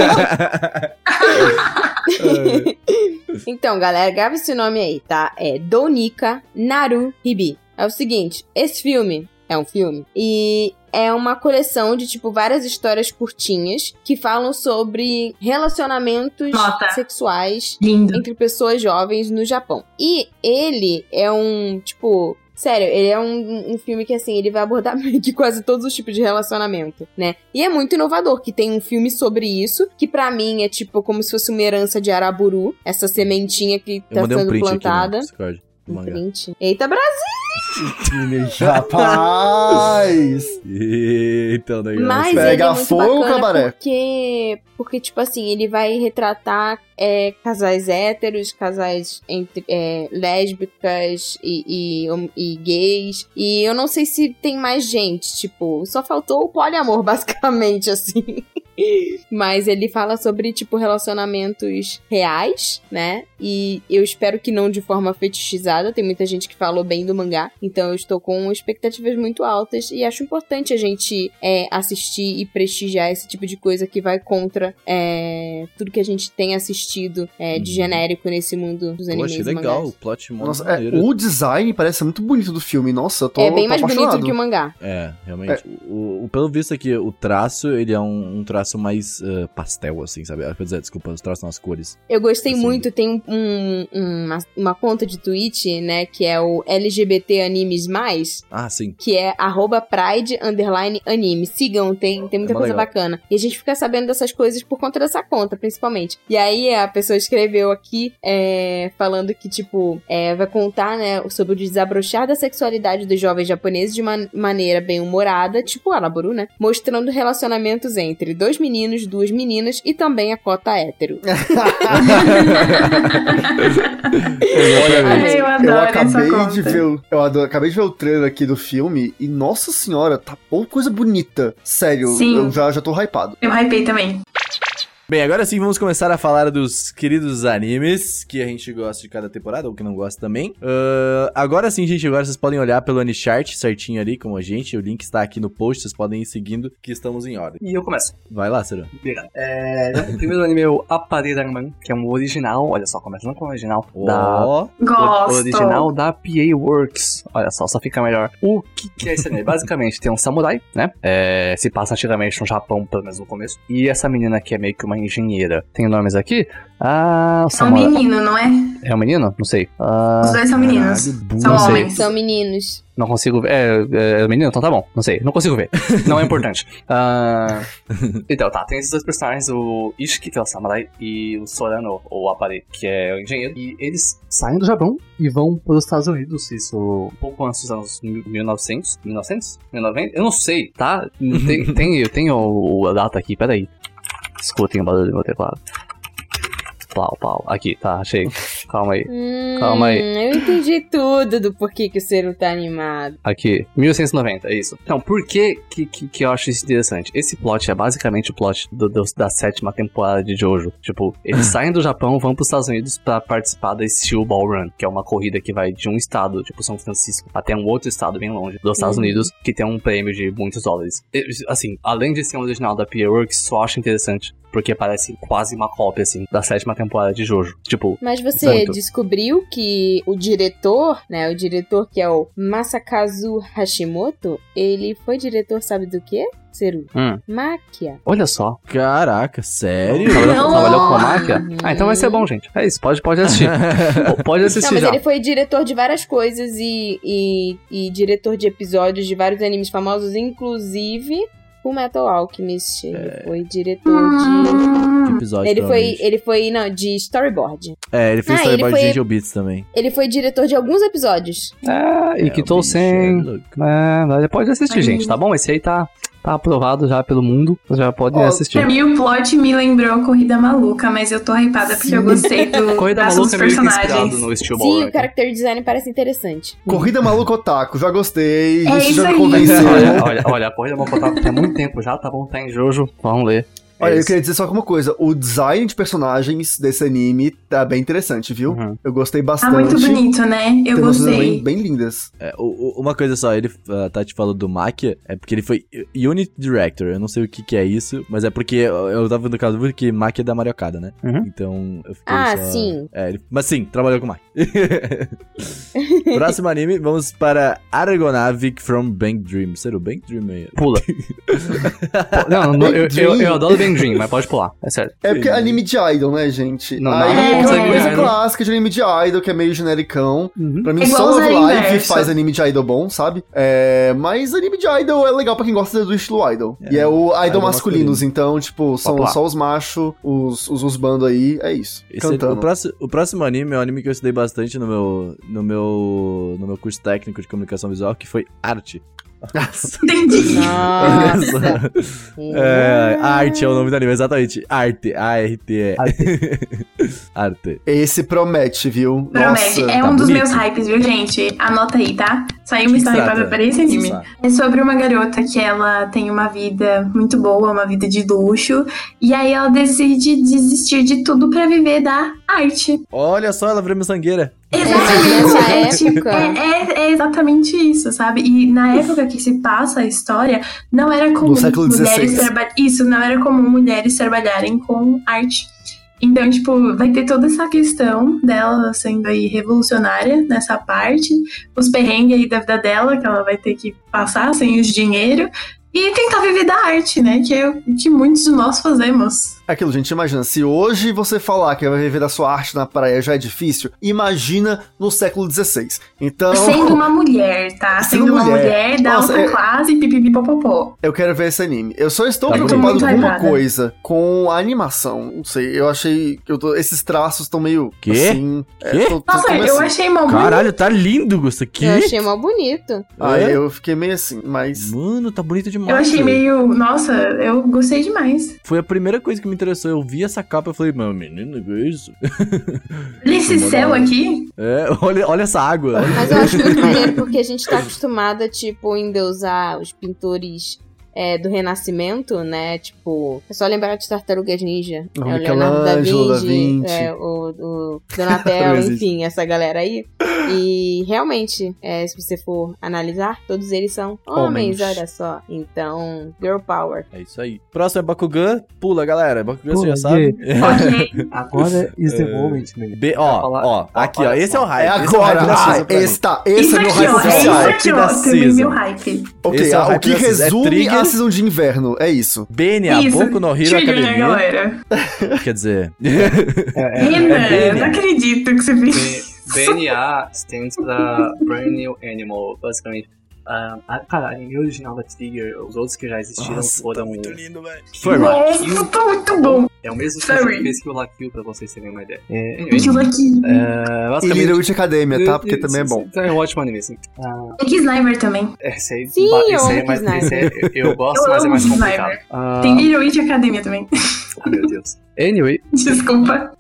Então, galera, grava esse nome aí, tá? É Donika Naruhibi. É o seguinte, esse filme é um filme e é uma coleção de, tipo, várias histórias curtinhas que falam sobre relacionamentos sexuais entre pessoas jovens no Japão. E ele é um, tipo... Sério, ele é um filme que, assim, ele vai abordar meio que quase todos os tipos de relacionamento, né? E é muito inovador, que tem um filme sobre isso, que pra mim é, tipo, como se fosse uma herança de Araburu, essa sementinha que tá sendo plantada. Eita, Brasil! Rapaz! Eita, negócio. Mas pega ele é muito fogo, bacana cabaré. porque, tipo assim, ele vai retratar casais héteros, casais entre lésbicas e gays. E eu não sei se tem mais gente, tipo, só faltou o poliamor, basicamente, assim. Mas ele fala sobre, tipo, relacionamentos reais, né? E eu espero que não de forma fetichizada. Tem muita gente que falou bem do mangá. Então eu estou com expectativas muito altas. E acho importante a gente assistir e prestigiar esse tipo de coisa que vai contra tudo que a gente tem assistido de genérico nesse mundo dos animes e legal, mangás. o plot Nossa, o design parece muito bonito do filme. Nossa, eu tô bem mais apaixonado. bonito do que o mangá. Realmente. Pelo visto aqui, o traço, ele é um traço traço mais pastel, assim, sabe? Quer dizer, desculpa, os traços nas cores. Eu gostei Assim. muito, tem uma conta de Twitch, né, que é o LGBT Animes Mais, Ah, sim. que é @pride_anime. Sigam, tem muita mó coisa legal. bacana. E a gente fica sabendo dessas coisas por conta dessa conta, principalmente. E aí a pessoa escreveu aqui, falando que, tipo, vai contar, né, sobre o desabrochar da sexualidade dos jovens japoneses de uma maneira bem humorada, tipo a Laburu, né, mostrando relacionamentos entre 2 meninos, 2 meninas e também a cota hétero. Ai, eu adoro essa conta. Acabei de ver o trailer aqui do filme e, nossa senhora, tá coisa bonita. Sério, Sim. eu já tô hypado. Eu hypei também. Bem, agora sim vamos começar a falar dos queridos animes que a gente gosta de cada temporada, ou que não gosta também. Agora sim, gente, agora vocês podem olhar pelo Anichart certinho ali, como a gente. O link está aqui no post, vocês podem ir seguindo, que estamos em ordem. E eu começo. Vai lá, Ciro. Obrigado. O primeiro anime é o Aparelhamento, que é um original, olha só, começando com o original da... Ó, Gosto. Original da PA Works. Olha só fica melhor. O que é esse anime? Basicamente, tem um samurai, né? Se passa antigamente no Japão, pelo menos no começo. E essa menina aqui é meio que uma engenheira. Tem nomes aqui? O É um samurai... menino, não é? É um menino? Não sei. Os dois são meninos. caralho, São não sei. homens. São meninos. Não consigo ver. É menino? Então tá bom. Não sei. Não consigo ver. Não é importante. Então, tá. Tem esses dois personagens. O Ishiki, que é o samurai, e o Sorano, ou Apare, que é o engenheiro. E eles saem do Japão e vão para os Estados Unidos. Isso um pouco antes dos anos 1900. 1900? 1990? Eu não sei, tá? Eu tenho a data aqui. Peraí. Escutem o barulho do meu teclado. Pau. Aqui, tá, achei. Calma aí. Calma aí. Eu entendi tudo do porquê que o Ciro tá animado. Aqui, 1990, é isso. Então, por que eu acho isso interessante? Esse plot é basicamente o plot da 7ª temporada de Jojo. Tipo, eles saem do Japão, vão pros Estados Unidos pra participar da Steel Ball Run, que é uma corrida que vai de um estado, tipo São Francisco, até um outro estado bem longe dos Estados Unidos, que tem um prêmio de muitos dólares. Assim, além de ser um original da PA Works, só acho interessante, porque parece quase uma cópia, assim, da 7ª temporada de Jojo. Tipo, Mas você muito. descobriu que o diretor, né, o diretor que é o Masakazu Hashimoto, ele foi diretor, sabe do quê, Ciro? Máquia. Olha só. Caraca, sério? Trabalhou com a máquina? Então vai ser bom, gente. É isso, pode assistir. Pode assistir Não, mas já. ele foi diretor de várias coisas e diretor de episódios de vários animes famosos, inclusive o Metal Alchemist. Ele foi diretor Que episódio, ele foi de storyboard. ele fez Ah, storyboard ele de foi- Angel Beats também. Ele foi diretor de alguns episódios. E que tô sem. Pode assistir, gente, tá bom? Esse aí tá aprovado já pelo mundo. Você já pode assistir. Pra mim, o plot me lembrou a Corrida Maluca, mas eu tô hypada porque eu gostei do Corrida traço dos Maluca é meio que inspirado personagens. no Steel Sim, Ball. o character design parece interessante. Corrida Maluca Otaku, já gostei. É Isso isso já me aí. convenceu. Olha, a Corrida Maluca tem muito tempo já, tá bom? Tá em Jojo. Vamos ler. Olha, eu isso. queria dizer só uma coisa. O design de personagens desse anime tá bem interessante, viu? Uhum. Eu gostei Tá bastante. muito bonito, né? Eu Tem umas coisas gostei. bem lindas. Uma coisa só, a Tati falou do Máquia, é porque ele foi Unit Director. Eu não sei o que é isso, mas é porque eu tava no caso que Máquia é da Mariocada, né? Uhum. Então eu fiquei Sim. mas sim, trabalhou com Máquia. Próximo anime, vamos para Argonavic from Bang Dream. Sério, Bang Dream aí. Pula. Eu adoro Bang Dream, mas pode pular. É sério. É porque é anime de idol, né, gente? Não, Aí não é consegue uma coisa ver, clássica de anime de idol, que é meio genericão. Pra mim, É só igual Love Zé Live Inverso. faz anime de idol bom, sabe? Mas anime de idol é legal pra quem gosta do estilo idol. E é o idol masculinos, então, tipo, são Popular. só os machos, os bandos aí, é isso. Cantando. O próximo anime é um anime que eu estudei bastante no meu curso técnico de comunicação visual, que foi arte. Entendi. Nossa. Arte é o nome do anime, exatamente. Arte. A-R-T-E. Arte. Esse promete, viu? Promete. Nossa. É tá um dos bonito. meus hypes, viu, gente? Anota aí, tá? Saiu uma Que história trata? para esse anime. Nossa. É sobre uma garota que ela tem uma vida muito boa, uma vida de luxo. E aí ela decide desistir de tudo pra viver da arte. Olha só, ela virou miçangueira. Nessa época. É exatamente isso, sabe? E na época que se passa a história, não era comum No século mulheres XVI. Isso, não era comum mulheres trabalharem com arte. Então, tipo, vai ter toda essa questão dela sendo aí revolucionária nessa parte, os perrengues aí da vida dela, que ela vai ter que passar sem os dinheiro. E tentar viver da arte, né? Que é o que muitos de nós fazemos. Aquilo, gente, imagina, se hoje você falar que vai viver da sua arte na praia já é difícil, imagina no século XVI. Então... Sendo uma mulher, tá? Sendo uma mulher da alta classe, pipipipopopó. Eu quero ver esse anime. Eu só estou Tá preocupado bonito. com uma Hypada. coisa, com a animação. Não sei, eu achei que esses traços estão meio Quê? assim... Quê? Nossa, eu achei mal bonito. Caralho, tá lindo, Gusta. Que? Eu achei mó bonito. Aí eu fiquei meio assim, mas... Mano, tá bonito demais. Eu achei velho. meio... Nossa, eu gostei demais. Foi a primeira coisa que me interessou. Eu vi essa capa e falei, mano, menino, que é isso? Olha esse céu aqui. É, olha essa água. Mas eu acho muito maneiro porque a gente tá acostumada, tipo, endeusar os pintores do Renascimento, né? Tipo, é só lembrar de Tartarugas Ninja. O É o Leonardo da Michelangelo, Da Vinci, Vinci. o Donatello, Não existe. enfim, essa galera aí. E realmente, se você for analisar, todos eles são homens, olha só. Então, girl power. É isso aí. Próximo é Bakugan. Pula, galera. Bakugan você já Pula, sabe. Ok. Agora is the moment, menino. Ó, aqui, ó. Esse é o hype. É Esse é o hype agora! da season pra mim. Esse é meu aqui, hype ó. oficial. É isso aqui, ó. da Também season. meu hype. Ok, Esse é o o hype que da season. É resume Trigger. a season de inverno, é isso. Benya, Isso. Boku no Hero Trigger, né, Academia. galera? Quer dizer... Renan, não acredito que você fez. BNA stands pra Brand New Animal, basicamente. Cara, a anime original da Trigger, os outros que já existiram foram... lindo, velho. Foi, mano. Nossa, tá muito bom. É o mesmo Sorry. que fez que o Lakil, pra vocês terem uma ideia. Aquilo aqui. E Basicamente... Little Witch Academia, tá? Porque também é bom. É um ótimo anime, assim. Tem Sniper também. Esse aí, Sim, eu esse aí amo mas Sniper. esse aí eu gosto, Eu mas é amo mais Sniper. complicado. Tem Little Witch Academia também. Meu Deus. Anyway, Desculpa.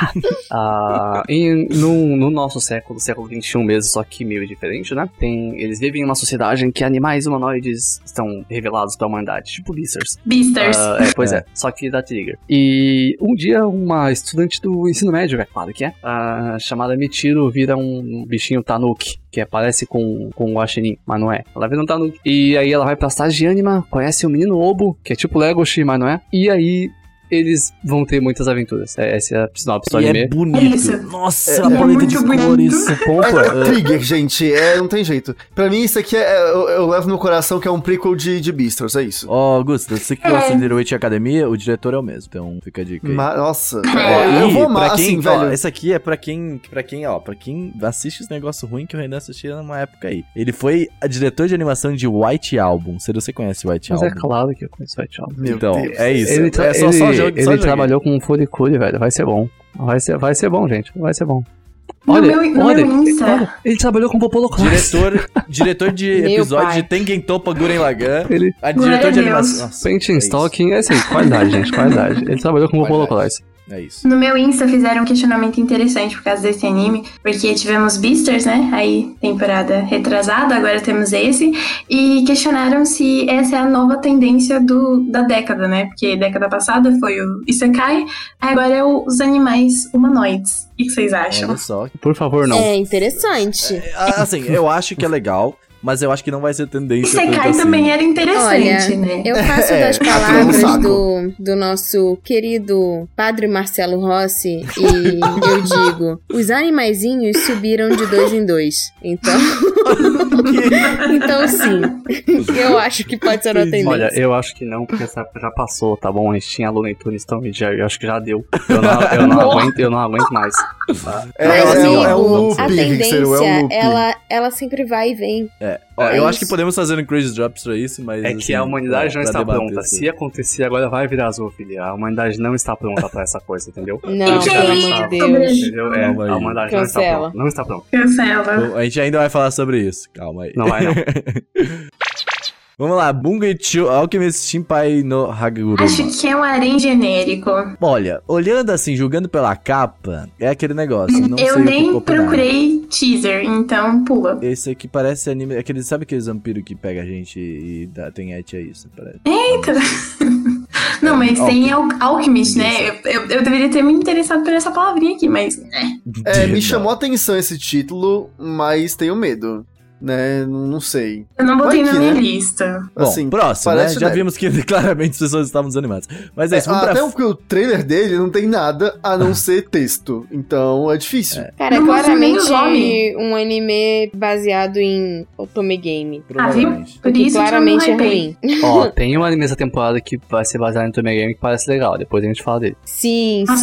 no nosso século XXI mesmo, só que meio diferente, né? Eles vivem em uma sociedade em que animais humanoides estão revelados pra humanidade, tipo Beasters. Beasters. Pois é, só que da Trigger. E um dia uma estudante do ensino médio, claro que é, chamada Michiru vira um bichinho Tanuki, que parece com o Guaxinim, mas não é. Ela vira um Tanuki. E aí ela vai pra cidade de Anima, conhece o menino lobo, que é tipo Legoshi, mas não é. E aí eles vão ter muitas aventuras. Essa é a sinopse do E anime. é bonito. Isso. Nossa, É a paleta de muito bonito. cores. O ponto É Trigger, gente, não tem jeito. Pra mim, isso aqui eu levo no meu coração que é um prequel de Beastars, é isso. Ó, Augusto, você que gosta de Little Witch Academia, o diretor é o mesmo, então fica a dica aí. Nossa, Ó, eu e vou amar, pra quem, assim, ó, velho. esse aqui é pra quem assiste esse negócio ruim que o Renan assistia numa época aí. Ele foi diretor de animação de White Album. Você conhece White Mas Album? é claro que eu conheço o White Album. Meu Então, Deus. é isso. Ele, É só jogo, ele só joguinho. trabalhou com Furikuri, velho. Vai ser bom. Vai ser bom, gente. Vai ser bom. No meu Insta. olha, ele trabalhou com Popolo Class. Diretor de Meu episódio pai. de Tengen Toppa Guren Lagann. Ele Diretor de Glória a Deus. animação. Nossa, Painting, é isso. Stalking, é assim, qualidade, gente, qualidade. Ele trabalhou com Popolo Qualidade. Class. É isso. No meu Insta fizeram um questionamento interessante por causa desse anime, porque tivemos Beastars, né? Aí, temporada retrasada, agora temos esse. E questionaram se essa é a nova tendência da década, né? Porque década passada foi o Isekai, aí agora é os animais humanoides. O que vocês acham? Olha só. Por favor, não. É interessante. Assim, eu acho que é legal, mas eu acho que não vai ser tendência. tanto Isekai assim. também era interessante, Olha, né? eu faço das um palavras saco. do nosso querido Padre Marcelo Rossi e eu digo, os animaizinhos subiram de 2 em 2. Então, então sim, eu acho que pode ser uma tendência. Olha, eu acho que não, porque essa época já passou, tá bom? A gente tinha Looney Tunes, Tom e Jerry, eu acho que já deu. Eu não aguento mais. Mas, É amigo, um loop, a Rickster, é um tendência, loop. ela sempre vai e vem. Ó, É eu isso. acho que podemos fazer um Crazy Drops pra isso, mas. É assim, que a humanidade não pra está debater pronta. isso. Se acontecer, agora vai virar azul, filha. A humanidade não está pronta pra essa coisa, entendeu? Não, que pelo é isso, amor de sobre Deus. Entendeu? Calma aí. A humanidade não está Cancela. pronta. Não está pronta. Cancela. Bom, a gente ainda vai falar sobre isso. Calma aí. Não vai, não. Vamos lá, Bungechu Alchemist Shinpai no Haguruma. Acho que é um harém genérico. Olha, olhando assim, julgando pela capa, é aquele negócio. Não Eu sei o que nem opinar. procurei teaser, então pula. Esse aqui parece anime. Sabe aqueles vampiros que pega a gente e tem et a isso? Parece. Eita! Não, mas tem Alchemist, né? Eu deveria ter me interessado por essa palavrinha aqui, mas. Me chamou a atenção esse título, mas tenho medo. né? Não sei. Eu não botei Vai na que, minha né? lista. Bom, próximo, né? parece Já né? vimos que claramente as pessoas estavam desanimadas. Mas é isso, vamos Até pra... porque o trailer dele não tem nada a não ser texto. Então é difícil. Cara, é Não mostra nem o claramente um anime baseado em Otome Game. Provavelmente. Por Que isso claramente que é eu não hypei. ruim. Ó, tem um anime essa temporada que vai ser baseado em Tommy Game que parece legal. Depois a gente fala dele. Sim, Ah,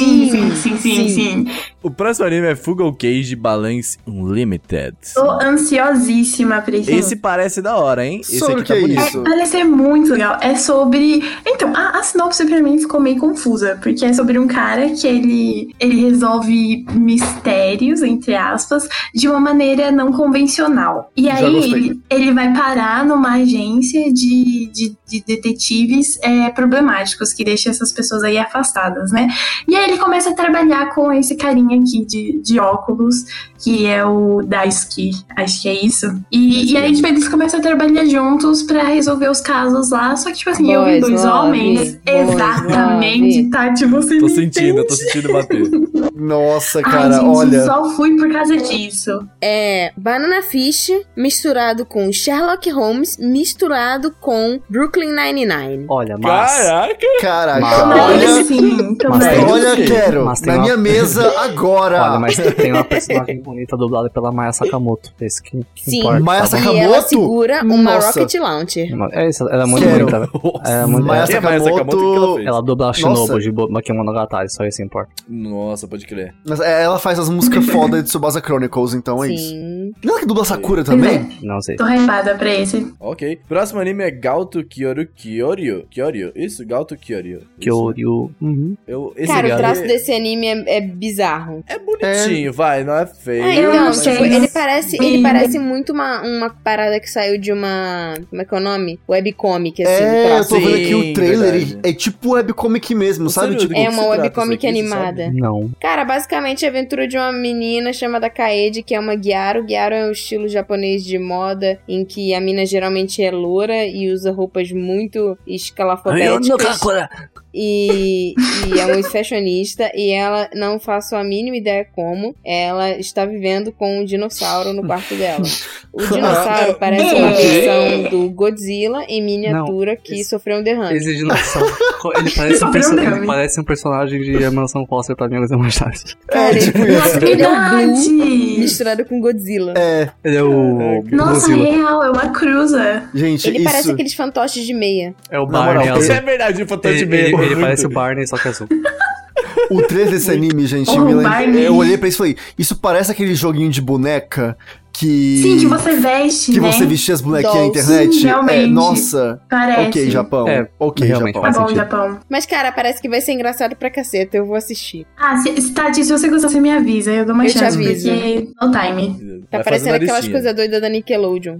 sim. O próximo anime é Fugal Cage Balance Unlimited. Tô ansiosíssima pra Esse parece da hora, hein? Esse Sobre aqui o tá que é bonito. isso? Parece ser muito legal. É sobre. Então, a sinopse pra mim ficou meio confusa. Porque é sobre um cara que ele resolve mistérios, entre aspas, de uma maneira não convencional. E Já aí gostei. ele vai parar numa agência de detetives problemáticos, que deixa essas pessoas aí afastadas, né? E aí ele começa a trabalhar com esse carinha aqui de óculos, que é o Daisuke, acho que é isso. E aí, tipo, eles começam a trabalhar juntos pra resolver os casos lá, só que, tipo assim, eu vi Boys dois love, homens, boys exatamente, love. Tati, você Tô me sentindo entende? bater. Nossa, Ai, cara, gente, olha. só fui por causa disso. É Banana Fish misturado com Sherlock Holmes misturado com Brooklyn Nine-Nine. Olha, mas... Caraca! Caraca, Mas- olha. Sim, Mas também. tem- Olha, quero. Mas tem Na uma- minha mesa agora. Olha, mas tem uma personagem bonita dublada pela Maya Sakamoto. Esse que Sim. importa. Maya tá bom? E ela Sakamoto? segura uma Nossa. Rocket Launcher. É isso, ela é muito Quero. bonita. É muito Maya Quem é Maya Sakamoto? O que ela fez? Ela dubla a Nossa. Shinobu de Bakemonogatari, só isso importa. Nossa, pode crer. Mas ela faz as músicas foda de Tsubasa Chronicles, então é isso. Sim. Não é que dubla Sakura Pois também? é, Não sei. tô hypada pra esse. Ok. Próximo anime é Gauto Kyoryu. Isso, Gauto Kyoryu. Kyoryu. Uhum. Esse Cara, o anime traço desse anime é bizarro. é bonitinho, vai, não é feio. Ah, Eu então, não tipo, sei. ele parece muito uma parada que saiu de uma... Como é que é o nome? Webcomic, assim, do É, eu traço. tô vendo Sim, aqui o trailer, verdade. é tipo webcomic mesmo, Você sabe? viu Tipo, do que É se uma trata webcomic isso aqui, você animada. sabe? Não. Cara, basicamente é a aventura de uma menina chamada Kaede, que é uma Gyaro. Gyaro é um estilo japonês de moda, em que a mina geralmente é loura e usa roupas muito escalafobéticas. E é muito fashionista. E ela, não faço a mínima ideia como, ela está vivendo com um dinossauro no quarto dela. O dinossauro parece uma versão do Godzilla em miniatura que sofreu um derrame. Esse dinossauro, ele parece, ele parece um personagem de Animação Foster pra mim, mas é mais tarde. Cara, Nossa, ele é o Blue verdade! misturado com Godzilla. Ele é o Nossa, Godzilla. real, é uma cruza. gente, Ele isso... parece aqueles fantoches de meia. É o Na Barney moral, azul. Isso é verdade, o fantasma de meio. Ele parece o Barney, só que azul. O trailer desse anime, gente, Oh, me lembra... Barney. Eu olhei pra isso e falei, isso parece aquele joguinho de boneca que... Sim, que você veste, que né? você vestia as bonequinhas na Dolls. internet. Sim, realmente. nossa. Parece. Ok, Japão. É, ok, realmente Japão. Tá faz bom, sentido. Japão. Mas, cara, parece que vai ser engraçado pra caceta. Eu vou assistir. Tati, se você gostar, você me avisa. Eu dou uma Eu te chance, aviso. porque no time. Tá Vai parecendo fazendo a aquelas listinha. coisas doidas da Nickelodeon.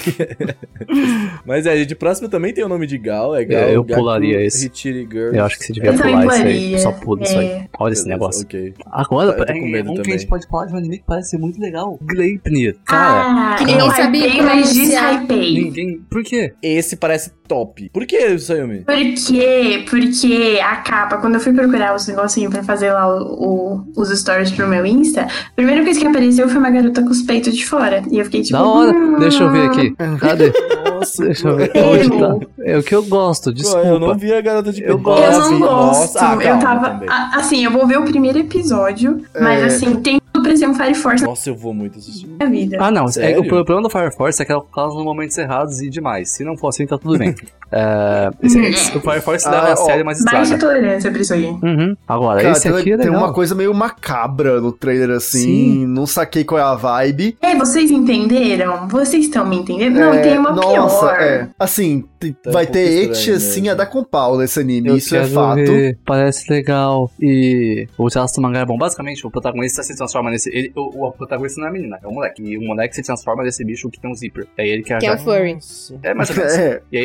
Mas gente, próximo também tem o nome de Gal. É Gal. Eu Gaku pularia esse. Hitiri Girls. Eu acho que você devia Eu também pular isso aí. pularia. Só pula isso aí. É. Olha esse Beleza, negócio. Ok. Agora, Eu tô com medo um que a também. gente pode falar de um anime que parece ser muito legal. Gleipnir. Cara, que ninguém eu sabia hypei, mas pronunciar. deshypei. ninguém... Por quê? Esse parece top. Por que, Sayumi? Por quê? Porque a capa, quando eu fui procurar os negocinhos pra fazer lá os stories pro meu Insta, a primeira coisa que apareceu foi uma garota com os peitos de fora. E eu fiquei tipo... Da hora. Deixa eu ver aqui. Cadê? Nossa, Deixa eu ver. Eu- Onde tá? É o que eu gosto, desculpa. Eu não vi a garota de Eu Pedro. Eu gosto. não gosto. Nossa, calma eu tava... também. Assim, eu vou ver o primeiro episódio, mas assim, tem tudo pra ser um Fire Force Nossa, eu vou muito assistir. na vida. Ah, não. Sério? O problema do Fire Force é que ela causa nos momentos errados e demais. Se não for assim, tá tudo bem. O Fire Force leva a série mais Baixa estrada. tolerância pra isso aí. Uhum. Agora, Cara, esse aqui é tem legal. uma coisa meio macabra no trailer, assim. Sim. Não saquei qual é a vibe. Vocês entenderam? Vocês estão me entendendo? Não, tem uma nossa, pior. Assim, Tá vai um ter pouco eti estranho assim mesmo. a dar com pau nesse anime, Eu isso é quero fato. ver. Parece legal. E o traço do mangá é bom. Basicamente, o protagonista se transforma nesse... O protagonista não é a menina, é o moleque. E o moleque se transforma nesse bicho que tem um zíper. É ele que Que é o ajuda... Furry. É, mais ou menos. É, E aí ele quer tem ajudar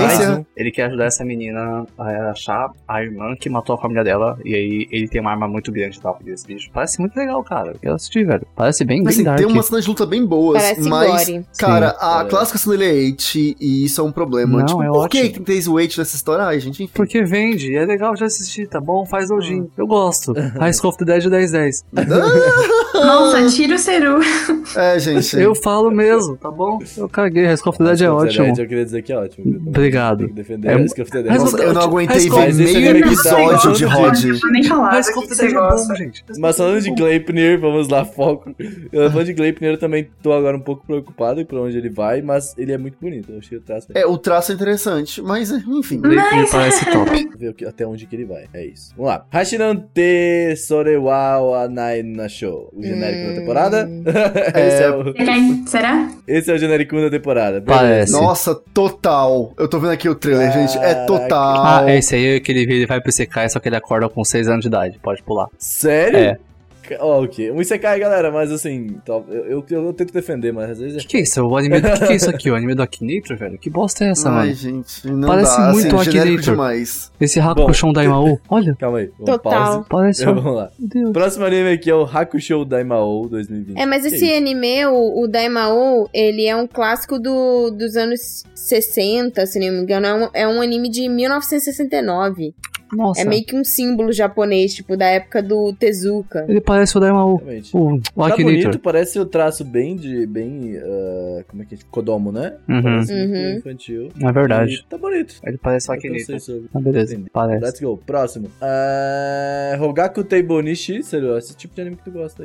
Coincidência? Ele quer ajudar essa menina a achar a irmã que matou a família dela. E aí ele tem uma arma muito grande e tal, desse bicho. Parece muito legal, cara. Eu assisti, velho. Parece bem Mas bem assim, dark. tem umas cenas de luta bem boas, Parece mas, gore. cara, Sim, a classificação dele é 8 e isso é um problema. Não, tipo, é por que ótimo. tem 3 weight nessa história? Ai, gente, enfim. Porque vende, é legal de assistir, tá bom? Faz Odin. Eu gosto. High School of the Dead 10-10. Nossa, tira o Ceru. É, gente. Eu falo mesmo, tá bom? Eu caguei, High School of the Dead é ótimo. Eu queria dizer que é ótimo. viu? Obrigado. Tem que defender É High mu- School of the Dead. High School Nossa, eu não aguentei High School- ver Mas esse meio anime que episódio de tá- Rod. Eu nem falar High do School que of the você Dead é gosta. bom, gente. Mas falando de Gleipnir, vamos lá, foco. Eu falando de Gleipnir, eu também tô agora um pouco preocupado por onde ele vai, mas ele é muito bonito. Eu achei o traço. É, o traço é interessante, mas enfim. Ele parece top. Vamos ver até onde que ele vai. É isso. Vamos lá. Hashinante Sorewa wa Nai na Show. O genérico da temporada. Será? Esse é o genérico da temporada. Parece. Nossa, total. Eu tô vendo aqui o trailer, gente. É Caraca. total. Ah, esse aí é que ele vai pro Isekai, só que ele acorda com 6 anos de idade. Pode pular. Sério? É. Ó, ok. Um Isekai, galera, mas assim, eu tento defender, mas às vezes Que é isso? O anime do que é isso aqui? O anime do Akinator, velho? Que bosta é essa, Ai, mano? gente, não Parece dá. muito assim, genérico Akinator. demais. Esse Hakushon Daimao. Olha, Calma aí. Vamos Total. pause. parece Vamos lá. Meu Deus. Próximo anime aqui é o Hakusho Daimao 2020. É, mas Que esse isso? anime, o Daimao, ele é um clássico dos anos 60, se não me engano. É um anime de 1969. Nossa. É meio que um símbolo japonês, tipo, da época do Tezuka. Ele parece o Daimao. Realmente. O Tá Akinator. bonito, parece o traço bem como é que é? Kodomo, né? Uhum. Parece muito Uhum. infantil. É verdade. E tá bonito. Ele parece o É o que eu sei Akinator. sobre. Ah, beleza. Entendi. Parece. Let's go. Próximo. Hogaku Teibonishi, sério, esse tipo de anime que tu gosta aí.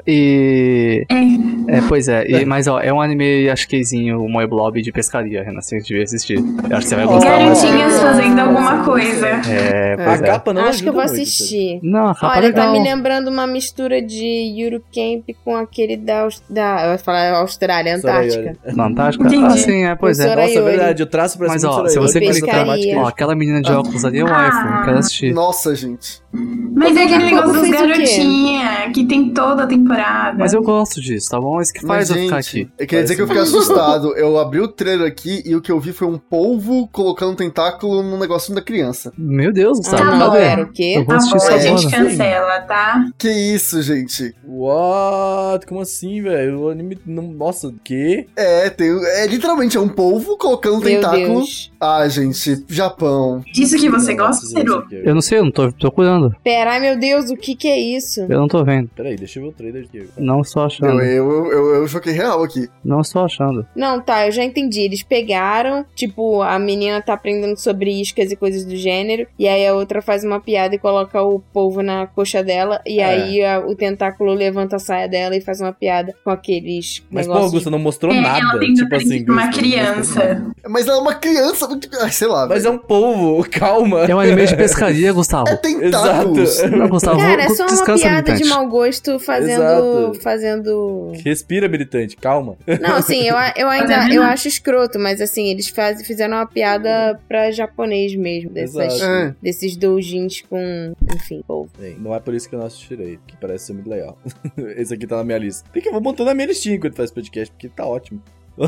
Pois é. Mas ó, é um anime asquezinho, o Moeblob de pescaria, Renan. Você devia assistir. Eu acho que você vai gostar. Garotinhas fazendo alguma coisa. A Pois é. capa não Acho que eu vou ajuda muito, assistir. Não, a capa é Olha, legal. tá me lembrando uma mistura de Yuru Camp com aquele da eu ia falar Austrália, Antártica. Na Antártica? Entendi. Ah, sim, pois é. Professora Nossa, é Yuri. verdade, o traço parece Mas muito ó, se você Sorayori, clicar- mas a temática é Ó, aquela menina de óculos ali é o iPhone, quero assistir. Nossa, gente. Mas é aquele negócio das Fez o quê? garotinhas, que tem toda a temporada. Mas eu gosto disso, tá bom? Isso que faz Mas, eu ficar gente, aqui. eu queria dizer que eu fiquei assustado. Eu abri o trailer aqui e o que eu vi foi um polvo colocando um tentáculo no negocinho da criança. Meu Deus, Gustavo, Ah, Tá não, bom. era o quê? Eu vou Tá assistir bom, isso a gente agora. cancela, tá? Que isso, gente? What? Como assim, velho? O anime não... Nossa, o quê? Literalmente é um polvo colocando um Meu tentáculo. Deus. Ah, gente, Japão. Disso que você Não, gosta, preciso ver Ceru? isso aqui. Eu não sei, eu não tô procurando. Pera, ai meu Deus, o que é isso? Eu não tô vendo. Peraí, deixa eu ver o trailer aqui. Não estou achando. Eu choquei real aqui. Não estou achando. Não, tá, eu já entendi. Eles pegaram, tipo, a menina tá aprendendo sobre iscas e coisas do gênero, e aí a outra faz uma piada e coloca o polvo na coxa dela, e aí o tentáculo levanta a saia dela e faz uma piada com aqueles Mas, pô, negócios. Augusto, não mostrou É, nada. ela tem Tipo assim, uma Augusto, não mostrou nada. criança. Mas ela é uma criança muito. Ai, sei lá. Mas é velho. um polvo, calma. É um anime de pescaria, Gustavo. É tentáculos. Exato. Não, Gustavo, Cara, é só uma descansa, piada de militante. mau gosto Exato. fazendo... Respira, militante, calma. Não, assim, eu acho escroto, mas assim, eles fizeram uma piada pra japonês mesmo, Exato. desses doujins com, enfim, polvo. Bem, não é por isso que eu não assistirei, que parece ser muito legal. Esse aqui tá na minha lista. Tem que eu vou montando na minha listinha enquanto faz podcast, porque tá ótimo.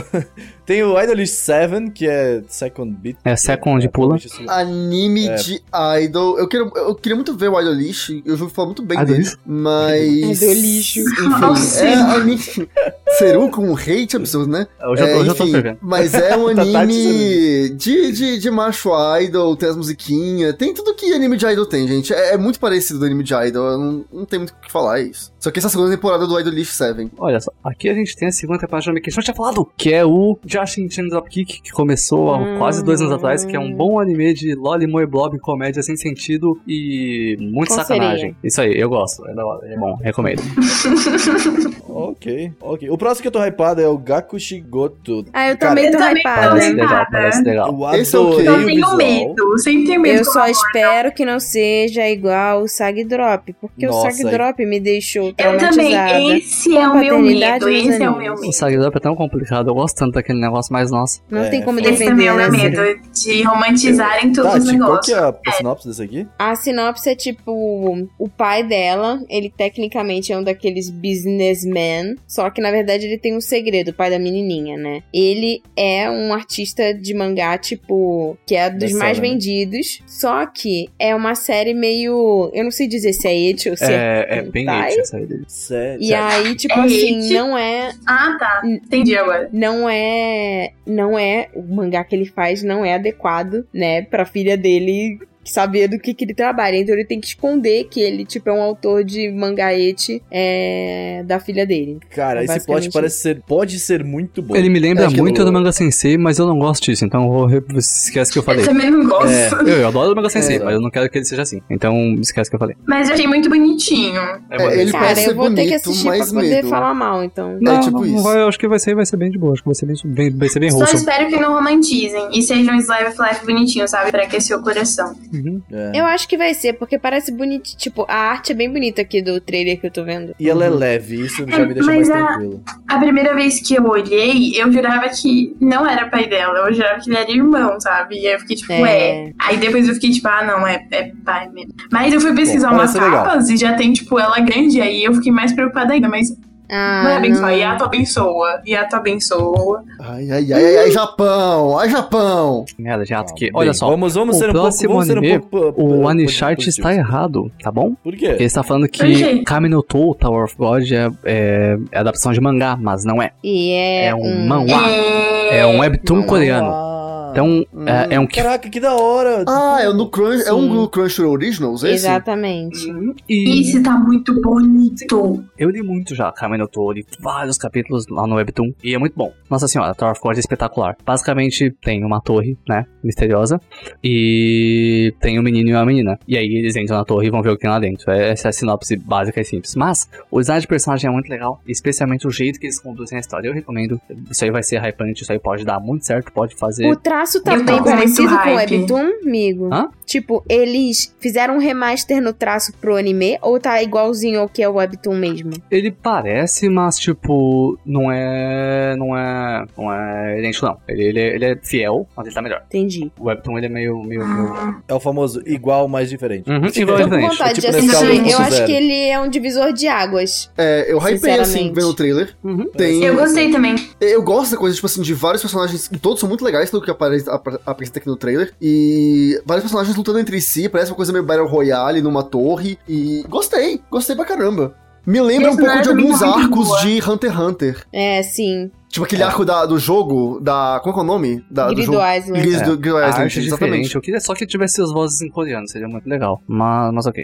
Tem o Idolish 7, que é Second Beat. É, Second pula. Anime de idol. Eu queria muito ver o Idolish. Eu já ouvi falar muito bem dele. Idolish? Mas. Idolish. Nossa. Enfim, é anime. Seru com hate absurdo, né? Eu já tô pegando. Mas é um Tá anime de macho idol, tem as musiquinhas, tem tudo que anime de idol tem, gente. É muito parecido do anime de idol, não tem muito o que falar, é isso. Só que essa é a segunda temporada do Idolish 7. Olha só, aqui a gente tem a segunda temporada de anime que a gente não tinha falado, que é o Jashin Chan Dropkick, que começou há quase 2 anos atrás, que é um bom anime de loli, moe, blob, comédia sem sentido e muito Qual sacanagem. seria? Isso aí, eu gosto, é da hora, é bom, recomendo. Ok. O próximo que eu tô hypado é o Gakushigoto. Ah, eu Cara, também tô eu também hypada. Parece legal, parece legal. Eu Esse é o quê? adorei Eu o tenho visual. medo, sempre tenho medo. Eu só espero que não seja igual o Sag Drop, porque Nossa, o Sag Drop me deixou Eu também, traumatizada. esse é o meu Paternidade medo, nos esse é o animes. meu O medo. Sagdop é tão complicado, eu gosto tanto daquele negócio, mas nossa. Não tem como foda. Esse defender, também é o meu né, medo, Ciro? de romantizarem todos os Tati, qual negócios. que é a sinopse desse aqui? A sinopse é tipo, o pai dela, ele tecnicamente é um daqueles businessmen, só que na verdade verdade, ele tem um segredo, o pai da menininha, né? Ele é um artista de mangá, tipo, que é dos mais vendidos, só que é uma série meio... Eu não sei dizer se é ecchi ou se é bem ecchi a série dele. Sério. E aí, tipo É assim, ecchi? não é... Ah, tá. Entendi agora. Não é... O mangá que ele faz não é adequado, né, pra filha dele saber do que ele trabalha. Então ele tem que esconder que ele, tipo, é um autor de mangá ecchi da filha dele. Cara, esse plot pode ser muito bom. Ele me lembra Acho que muito no- do Manga Sensei, mas eu não gosto disso, então eu vou esquece que eu falei. Eu também não gosto. Eu adoro o Manga Sensei, É. mas eu não quero que ele seja assim. Então esquece que eu falei. Mas eu achei muito bonitinho. Ele Cara, parece eu ser vou ter que bonito, assistir pra mas poder medo. falar mal, então. Não, tipo não isso. vai, eu acho que vai ser bem de boa. Acho que vai ser bem Só wholesome. espero que não romantizem e seja um slice of life bonitinho, sabe? Pra aquecer o coração. Eu acho que vai ser, porque parece bonito. Tipo, a arte é bem bonita aqui do trailer que eu tô vendo. E ela é leve, isso já me deixa Mas mais tranquilo. A primeira vez que eu olhei, eu jurava que não era pai dela. Eu jurava que ele era irmão, sabe? E aí eu fiquei tipo, É. Aí depois eu fiquei tipo, não, é pai mesmo. Mas eu fui pesquisar Bom, umas parece legal. capas e já tem, tipo, ela grande. Aí eu fiquei mais preocupada ainda, mas não é abençoa. Yato abençoa. Yato abençoa. Ai, Japão! Ai, Japão! Merda, Jato, que... Bem, Olha só, vamos o ser próximo anime, um pouco... o Anichart está errado, tá bom? Por quê? Ele está falando Por que quê? Kami no Tou, Tower of God, é adaptação de mangá, mas não é. E é um manhwa. É um webtoon coreano. Então, é um que... Caraca, que da hora! Ah, é no Crunch, é um Sim. no Crunchyroll Originals, esse? Exatamente. E Esse tá muito bonito. eu li muito já Kami no Tou, li vários capítulos lá no webtoon, e é muito bom. Nossa senhora, Tower of God é espetacular. Basicamente, tem uma torre, né, misteriosa, e tem um menino e uma menina. E aí eles entram na torre e vão ver o que tem lá dentro. Essa é a sinopse básica e simples. Mas, o design de personagem é muito legal, especialmente o jeito que eles conduzem a história. Eu recomendo. Isso aí vai ser hypante, isso aí pode dar muito certo, pode fazer... O traço tá Eu tô bem com parecido muito com o hype. Webtoon, amigo? Hã? Tipo, eles fizeram um remaster no traço pro anime ou tá igualzinho ao que é o Webtoon mesmo? Ele parece, mas tipo, não é idêntico não. Ele é fiel, mas ele tá melhor. Entendi. O webtoon ele é meio... É o famoso igual, mais diferente. Igual Tô com diferente. vontade de Tipo nesse assistir. caso, Eu acho 1.0. que ele é um divisor de águas. É, eu hypei assim, Sinceramente. vendo o trailer. Uhum. Tem... Eu gostei também. Eu gosto da coisa, tipo assim, de vários personagens, e todos são muito legais pelo que apresenta aqui no trailer. E vários personagens lutando entre si, parece uma coisa meio Battle Royale numa torre. E gostei pra caramba. Me lembra um pouco de personagem alguns tá muito arcos boa. de Hunter x Hunter. É, sim. Tipo aquele arco do jogo, como é que é o nome? Do Grid jogo? Island. Grid A Island, arte é exatamente. diferente. Eu queria só que tivesse as vozes em coreano, seria muito legal. Mas ok.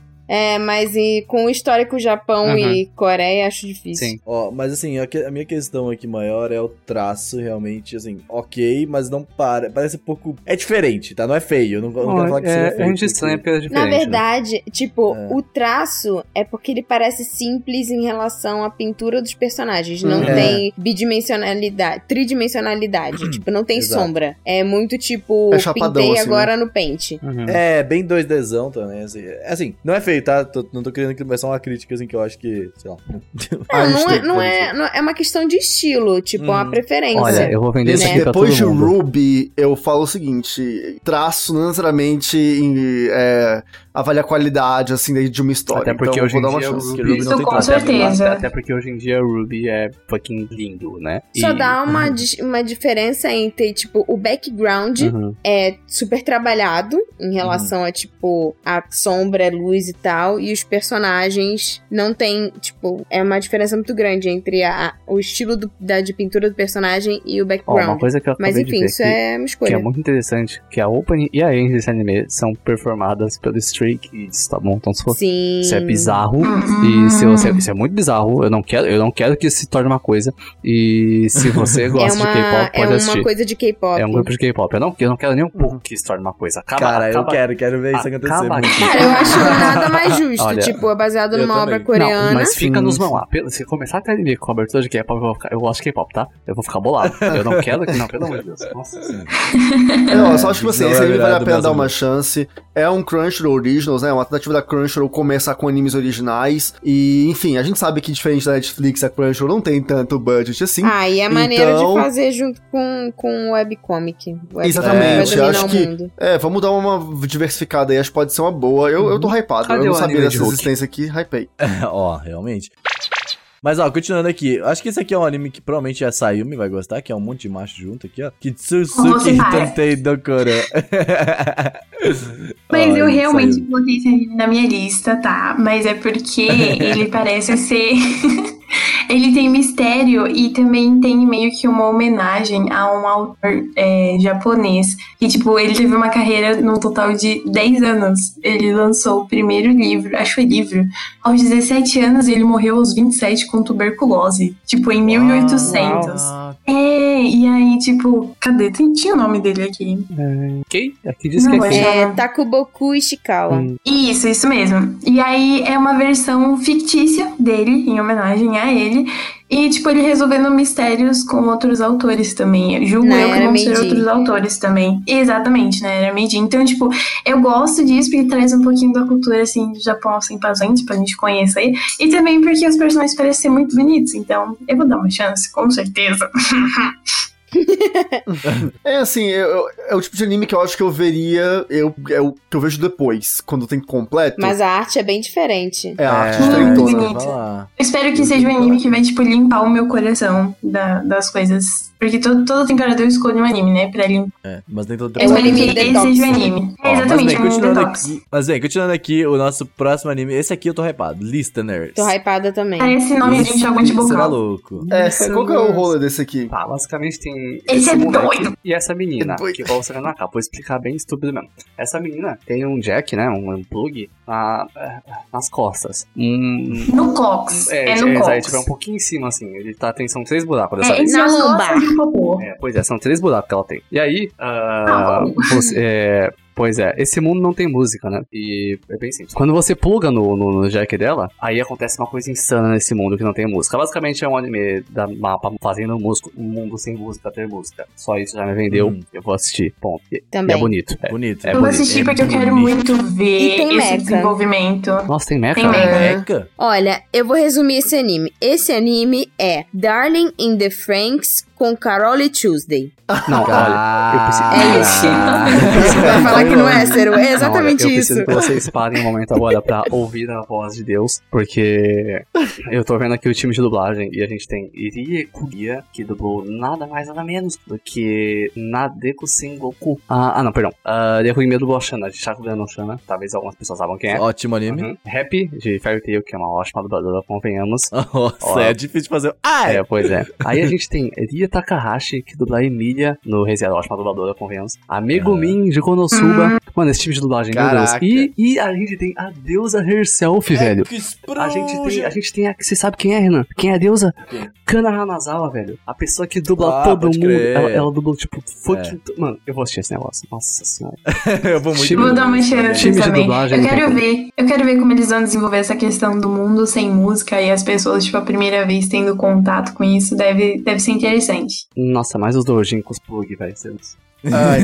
É, mas com o histórico Japão Uhum. e Coreia, acho difícil. Sim. Ó, mas assim, a minha questão aqui maior é o traço, realmente, assim, ok, mas não parece um pouco... É diferente, tá? Não é feio, eu não quero falar que seja feio. A gente estranha porque é diferente. Na verdade, tipo, É. o traço é porque ele parece simples em relação à pintura dos personagens. Não É. tem bidimensionalidade, tridimensionalidade. Tipo, não tem Exato. sombra. É muito tipo, É chapadão, pintei assim, agora no pente. Uhum. É, bem 2Dzão também, assim. Assim, não é feio, tá? Não tô querendo começar uma crítica, assim, que eu acho que, sei lá... Ah, a gente tem- É uma questão de estilo, tipo, é uma preferência. Olha, eu vou vender isso Né? aqui pra Depois de todo mundo. Ruby, eu falo o seguinte: traço não necessariamente avalia a qualidade, assim, de uma história. Até porque então, hoje eu em vou dar dia uma o chance. Ruby Ruby Isso não tem com traço. certeza. Até porque hoje em dia o Ruby é fucking lindo, né? Só dá uma diferença entre, tipo, o background Uhum. é super trabalhado em relação a, tipo, a sombra, a luz e tal, e os personagens não tem, tipo, é uma diferença muito grande entre o estilo de pintura do personagem e o Ó, background. uma coisa que eu acabei Mas de enfim, ver isso aqui, é uma que escolha. é muito interessante, que a opening e a end desse anime são performadas pelo Stray Kids, tá bom? Então se for... Sim. Isso é bizarro. Uhum. E isso é muito bizarro. Eu não quero que isso se torne uma coisa. E se você gosta de K-pop, pode uma assistir. coisa de K-pop. É um grupo de K-pop. Eu não quero nem um pouco que se torne uma coisa. Cara, eu quero ver isso acontecer. acaba muito. aqui. Cara, eu acho nada mais justo. Olha, tipo, é baseado eu numa obra também. coreana. Não, mas fica Sim, nos sim. mãos lá. Se começar a ter anime com abertura de K-pop, eu gosto de K-pop, tá? Eu vou ficar bolado. Eu não quero que... Não, pelo amor de Deus. Nossa senhora. Eu só acho que você, Não esse é anime vale a virado pena dar mesmo. uma chance. É um Crunchyroll Originals, né? Uma tentativa da Crunchyroll começar com animes originais. E, enfim, a gente sabe que diferente da Netflix, a Crunchyroll não tem tanto budget assim. Ah, e é maneiro Então- de fazer junto com o webcomic. O webcomic Exatamente, vai eu dominar acho o que- mundo. Vamos dar uma diversificada aí, acho que pode ser uma boa. Eu tô hypado, Cadê eu não o sabia anime dessa de Hulk? existência aqui, hypei. Ó, realmente. Mas, ó, continuando aqui. Acho que esse aqui é um anime que provavelmente a Sayumi vai gostar, que é um monte de macho junto aqui, ó. Kitsusuki Tantei Dokoro. Mas eu realmente coloquei esse anime na minha lista, tá? Mas é porque ele parece ser... Ele tem mistério e também tem meio que uma homenagem a um autor japonês. Que, tipo, ele teve uma carreira no total de 10 anos. Ele lançou o primeiro livro, acho que foi livro, aos 17 anos, e ele morreu aos 27 com tuberculose. Tipo, em 1800. E aí, tipo, cadê? Tinha o nome dele aqui. Quem? Aqui diz que é Takuboku Ishikawa. Isso mesmo. E aí é uma versão fictícia dele, em homenagem a ele. E, tipo, ele resolvendo mistérios com outros autores também. Julgo eu que vão ser outros autores também. Exatamente, né? Era Meiji. Então, tipo, eu gosto disso porque traz um pouquinho da cultura, assim, do Japão, assim, pra gente conhecer. E também porque os personagens parecem ser muito bonitos. Então, eu vou dar uma chance, com certeza. É assim, é o tipo de anime que eu acho que eu veria, é o que eu vejo depois, quando tem completo. Mas a arte é bem diferente. É a arte diferentona. Eu espero que seja um anime que vai, tipo, limpar o meu coração das coisas. Porque toda temporada eu escolho um anime, né, pra limpar. Mas nem todo Eu espero que esse seja o anime. Exatamente, é um detox. Mas bem, continuando aqui, o nosso próximo anime, esse aqui eu tô hypado, Listeners. Tô hypada também. Parece nome de jogo de Será bocal. louco. Qual que é o rolê desse aqui? Tá, basicamente tem Esse é moleque doido. e essa menina, que igual você vê na capa, vou explicar bem estúpido mesmo. Essa menina tem um jack, né, um plug nas costas. No cox. No cox. Tipo, é um pouquinho em cima, assim. São 3 buracos dessa vez. Na lombar. Pois é, são 3 buracos que ela tem. E aí, pois é, esse mundo não tem música, né? E é bem simples. Quando você pluga no jack dela, aí acontece uma coisa insana nesse mundo que não tem música. Basicamente é um anime da mapa fazendo um mundo sem música ter música. Só isso já me vendeu. Eu vou assistir. Ponto. Também. E é bonito. Bonito. Eu vou assistir porque eu quero muito ver esse mecha. desenvolvimento. Nossa, tem mecha? Tem mecha. Mecha? Olha, eu vou resumir esse anime. Esse anime é Darling in the Franxx com Carole Tuesday. Não, olha, eu preciso... É isso. Você vai falar que não é, Cero? É exatamente eu isso. preciso que vocês parem um momento agora pra ouvir a voz de Deus, porque eu tô vendo aqui o time de dublagem e a gente tem Irie Kugia, que dublou nada mais nada menos do que Nadeko Sengoku. Não, perdão. Deku Ime dublou a Shana, de Shakugan no Shana. Talvez algumas pessoas saibam quem é. Ótimo anime. Happy, de Fairy Tail, que é uma ótima dubladora, convenhamos. Nossa, é difícil de fazer. Pois é. Aí a gente tem Ria Takahashi, que dubla a Emília no ReZero, ótima dubladora, convenhamos. A Megumin de Konosuba. Mano, esse time de dublagem, Caraca. meu Deus. E a gente tem a deusa herself, velho. A gente tem você sabe quem é, Renan? Quem é a deusa? Kana Hanazawa, velho. A pessoa que dubla todo mundo. Ela dublou, tipo, fucking... Mano, eu vou assistir esse negócio. Nossa senhora. Eu vou muito. Vou dar uma chance time de também. dublagem, Eu quero ver como eles vão desenvolver essa questão do mundo sem música e as pessoas, tipo, a primeira vez tendo contato com isso deve ser interessante. Nossa, mais os doujin com os plug, velho. Ai,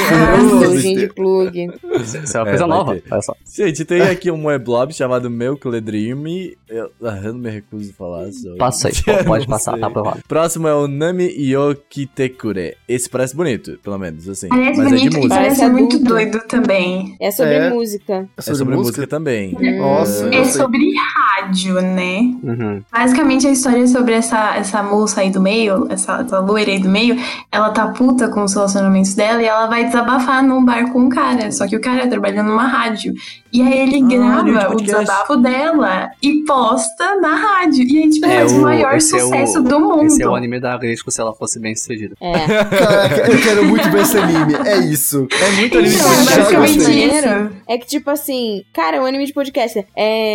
Doujin de plug. Isso é uma coisa nova, olha só. Gente, tem aqui um weblob chamado Meu Cledream. Eu não me recuso a falar sobre. Passa aí, pode passar, tá aprovado. Próximo é o Nami Yokitekure. Esse parece bonito, pelo menos, assim. Parece mas bonito é de e música. parece muito adulto. doido também. É sobre música. É sobre música também. Nossa. É sobre rádio, né? Uhum. Basicamente a história é sobre essa moça aí do meio, essa loira aí do meio. Ela tá puta com os relacionamentos dela e ela vai desabafar num bar com um cara. Só que o cara trabalha numa rádio. E aí ele grava o desabafo dela e posta na rádio. E aí, tipo, faz o maior sucesso do mundo. Esse é o anime da Gretchen se ela fosse bem sucedida. Caraca, eu quero muito ver esse anime. É isso. É muito anime de Então, podcast. basicamente maneiro isso. é que, tipo assim, cara, é um anime de podcast.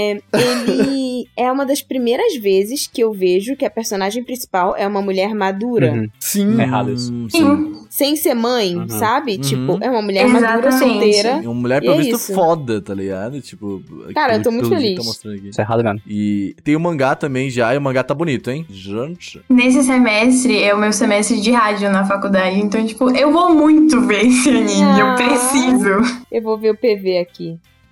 Ele é uma das primeiras vezes que eu vejo que a personagem principal é uma mulher madura. Uhum. Sim. É errado isso. Sim. Sem ser mãe, sabe? Tipo, é uma mulher Exatamente. madura, solteira. Uma mulher, E pelo é visto, isso. foda, tá ligado? Tipo, Cara, eu tô muito pelo que feliz. tá mostrando aqui. Isso é errado mesmo. E tem o mangá também já, e o mangá tá bonito, hein? Gente. Nesse semestre é o meu semestre de rádio na faculdade. Então, tipo, eu vou muito ver esse anime. Eu preciso. Eu vou ver o PV aqui.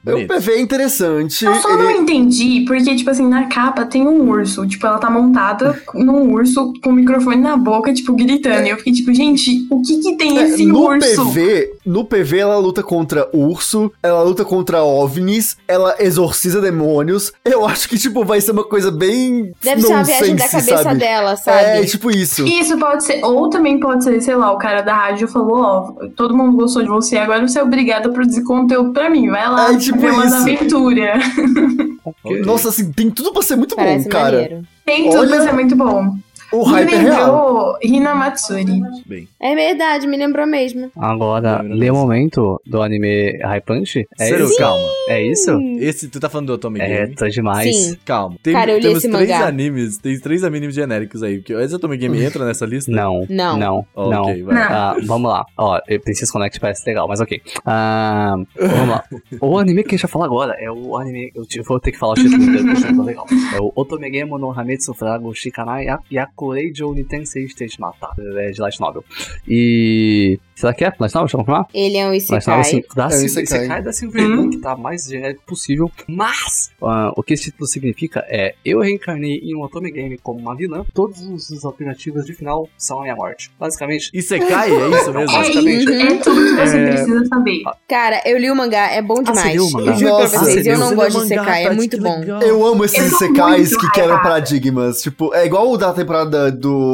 bonito. O PV é interessante. Eu só não entendi, porque, tipo assim, na capa tem um urso. Tipo, ela tá montada num urso com o microfone na boca, tipo, gritando. E eu fiquei tipo, gente, o que tem esse urso? No PV, ela luta contra urso, ela luta contra OVNIs, ela exorciza demônios. Eu acho que, tipo, vai ser uma coisa bem Deve ser uma viagem da cabeça sabe? dela, sabe? É, tipo isso. Isso pode ser, ou também pode ser, sei lá, o cara da rádio falou, ó, todo mundo gostou de você, agora você é obrigado a produzir conteúdo pra mim, vai lá, tipo ver umas isso. aventuras. Nossa, assim, tem tudo pra ser muito Parece bom, cara. maneiro. Tem tudo pra ser muito bom. O Me hype é real. lembrou Hinamatsuri. Bem, É verdade, me lembrou mesmo. Agora, lê o momento do anime High Punch. É Ciro, isso? calma. É isso? Esse, tu tá falando do Otome É, Game? tá demais. Sim. Calma. Cara, eu li temos esse três mangá. animes, tem 3 animes genéricos aí. Porque esse Otome Game entra nessa lista? Não. Não. Não. Ok, não. vai. Não. Vamos lá. Ó, Princess Connect parece legal, mas ok. Vamos lá. O anime que a gente vai falar agora é o anime. Eu vou ter que falar o título inteiro, porque é legal. É o Otomegemo no Hametsu Frago Shikanai Yakureijou Nitensei State Mata. É de Light Novel. E. Será que é? Light Novel? Deixa eu confirmar? Ele é um Light Novel, Isekai. assim, dá um isekai. Isekai da Silvergun, que tá mais genérico possível. Mas, o que esse título significa é: eu reencarnei em um Otome Game como uma vilã. Todos os alternativas de final são a minha morte. Basicamente. Isekai, é isso mesmo? É basicamente. isso, é tudo que você precisa saber. Cara, eu li o mangá, é bom demais. você leu o mangá? Eu juro pra Nossa, vocês, você eu não leu? gosto de Você leu Isekai, mangá, é muito Tati, bom. que legal. Eu amo esses Eu tô secais muito que quebram hypada. paradigmas. Tipo, é igual o da temporada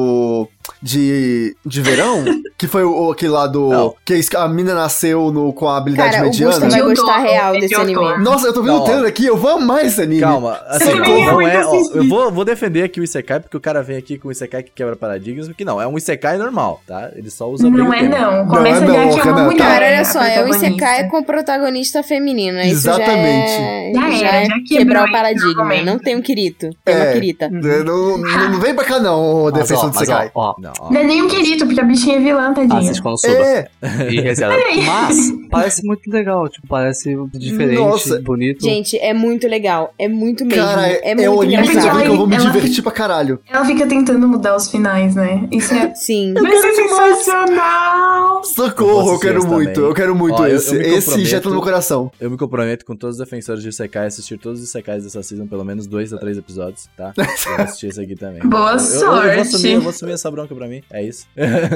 de verão, que foi aquele lá do... Não. Que a mina nasceu com a habilidade Cara, o mediana. Gusta vai Eu gostar tô, real eu desse tô. anime. Nossa, eu tô vendo Não, o trailer aqui, eu vou amar esse anime. Calma, assim, Você também não é é. muito Ó, eu vou defender aqui o Isekai, porque o cara vem aqui com o Isekai que quebra paradigmas, porque não, é um Isekai normal, tá? Ele só usa bem Não o é tema. não. Não Começa é já não, que é uma Renan, mulher. Cara, olha a só, é um protagonista. Isekai com protagonista feminina. Isso Exatamente. já é Já quebrar quebrou o esse paradigma. argumento. Não tem um Kirito, tem uma Kirita. Não vem pra cá não, Mas, defensor do mas, Sekai. ó, Não, ó. Não é nem um querido, porque a bichinha é vilã, tadinha. assiste quando suba. É, E reserva. Mas, parece muito legal. Tipo, parece diferente, Nossa. bonito. Gente, é muito legal. É muito mesmo. cara, é é muito o anime que eu engraçado. vi que eu vou me Ela- divertir pra caralho. Ela fica tentando mudar os finais, né? Isso é... Sim. Vai ser sensacional! Socorro, eu quero assistir muito, esse também. eu quero muito Ó, eu esse. me Esse comprometo. já tá no meu coração. Eu me comprometo com todos os defensores de Isekai a assistir todos os Isekais dessa season, pelo menos 2 a 3 episódios, tá? Eu vou assistir esse aqui também. Boa Eu sorte. vou assumir essa bronca pra mim, é isso.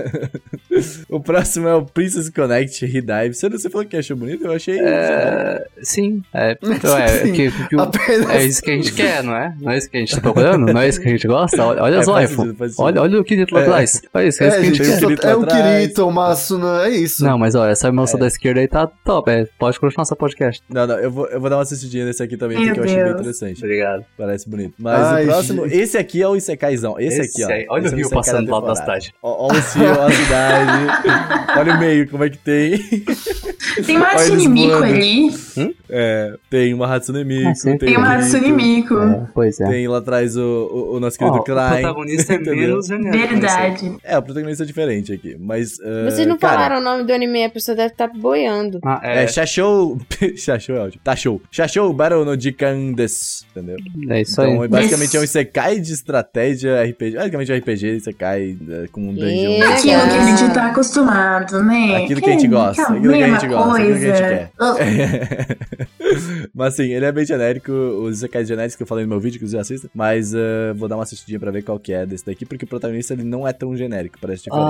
O próximo é o Princess Connect Redive. Você falou que achou bonito? Eu achei... Sim. Então, Apenas. é isso que a gente quer, não é? Não é isso que a gente tá procurando? Não é isso que a gente gosta? Olha as faz waifus. sentido, faz sentido. Olha o Kirito lá atrás. Olha isso, é isso É, que a gente gente, quer. Kirito é um atrás. Kirito, um Masuna, é isso. Não, mas olha, essa moça da esquerda aí tá top. Pode continuar seu podcast. Não, eu vou dar uma assistidinha nesse aqui também, Meu porque eu achei bem Deus. interessante. Obrigado. Parece bonito. Mas Ai, o próximo, gente. esse aqui é o Isekaizão. Esse aqui, ó. aí. Olha Esse o é rio Isekai passando do lado da temporada. cidade. Ó o cio, ó a cidade. Olha o meio, como é que tem. Tem uma Olha eles Hatsune Miku voando. ali. Tem uma Hatsune Miku, Ah, sim. Tem uma o Hatsune Kirito, Miku. Pois é. Tem lá atrás o nosso querido Ó, o Klein. protagonista é entendeu? menos genérico. Verdade. O protagonista é diferente aqui, mas... Vocês não cara, falaram o nome do anime, a pessoa deve estar boiando. Ah, Shashou... Shashou é ótimo. Tashou. Shashou Battle no Jikan desu, entendeu? é isso Então, aí. basicamente é um Isekai de estratégia RPG. Basicamente um RPG Isekai com um dungeon. Legal. Aquilo que a gente tá acostumado, né? Aquilo que a gente gosta, aquela aquilo que a mesma gente gosta, aquilo que a gente coisa. quer. Mas assim, ele é bem genérico, os Isekais genéricos que eu falei no meu vídeo, que você assista. Mas vou dar uma assistidinha pra ver qual que é desse daqui, porque o protagonista ele não é tão genérico, parece diferente.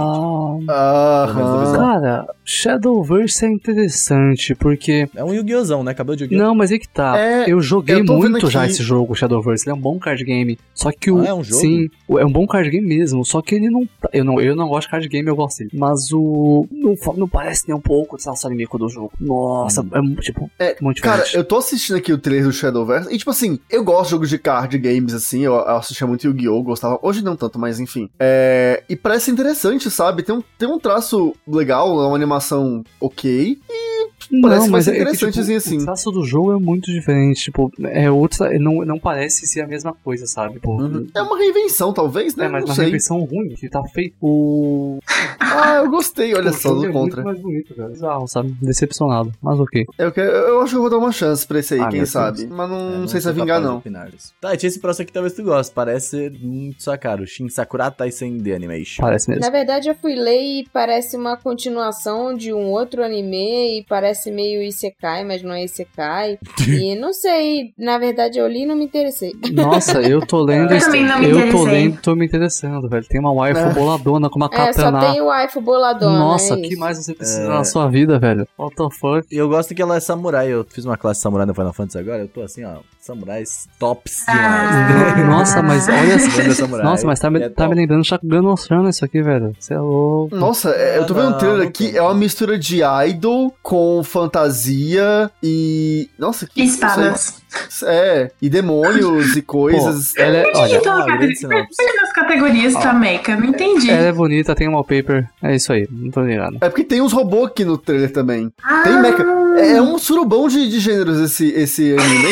Aham. Cara, Shadowverse é interessante, porque... É um Yu-Gi-Oh!zão, né? Acabou de Yu-Gi-Oh! Não, mas aí que tá. É, eu joguei eu tô vendo muito já aqui. esse jogo, Shadowverse. Ele é um bom card game. Só que o. Ah, é um jogo? Sim, é um bom card game mesmo. Só que ele não. Eu não gosto de card game, eu gosto dele. Mas o. Não parece nem um pouco de Sassari Miku do jogo. Nossa, tipo, muito Cara, diferente. eu tô assistindo aqui o trailer do Shadowverse e, tipo assim, eu gosto de jogos de card games, assim, eu assistia muito Yu-Gi-Oh!, gostava, hoje não tanto, mas enfim. E parece interessante, sabe? Tem um traço legal, é uma animação ok, parece que vai ser é que, interessantezinho, tipo, assim. O traço do jogo é muito diferente. Tipo, é outra. Não parece ser a mesma coisa, sabe? Tipo, É uma reinvenção, talvez, né? mas não uma sei. reinvenção ruim que tá feito. O Eu gostei, olha só, jogo do é contra. muito mais bonito, cara. Bizarro, sabe? Decepcionado. Mas ok. Eu acho que eu vou dar uma chance pra esse aí, Ah, quem meu sabe. Deus. Mas não Não sei se sou vai vingar, capaz de não. opinar disso. Tá, e tinha esse próximo aqui talvez tu goste. Parece ser muito sua cara. O Shin Sakura Taisen The Animation. Parece mesmo. Na verdade, eu fui ler e parece uma continuação de um outro anime e parece parece meio Isekai, mas não é Isekai. E não sei, na verdade eu li e não me interessei. Nossa, eu tô lendo. Eu também não me Eu tô interessei. lendo e tô me interessando, velho. Tem uma waifu boladona com uma Só katana. tem o waifu boladona. Nossa, é o que isso. mais você precisa na sua vida, velho? What the fuck? E eu gosto que ela é samurai. Eu fiz uma classe samurai no Final Fantasy agora. Eu tô assim, ó. Samurais tops demais. Nossa, mas olha Banda samurai. Nossa, mas tá me top. lembrando Shakugan no Oceano isso aqui, velho. Você é louco. Nossa, eu tô vendo um trailer não aqui, tô. é uma mistura de idol com fantasia e... Nossa, que... Espadas. E demônios e coisas. Pô, ela é, olha, grande sinopse. As categorias pra mecha, não entendi. ela é bonita, tem um wallpaper. É isso aí, não tô ligado. É porque tem uns robôs aqui no trailer também. Ah. Tem mecha. É um surubão de gêneros esse anime, é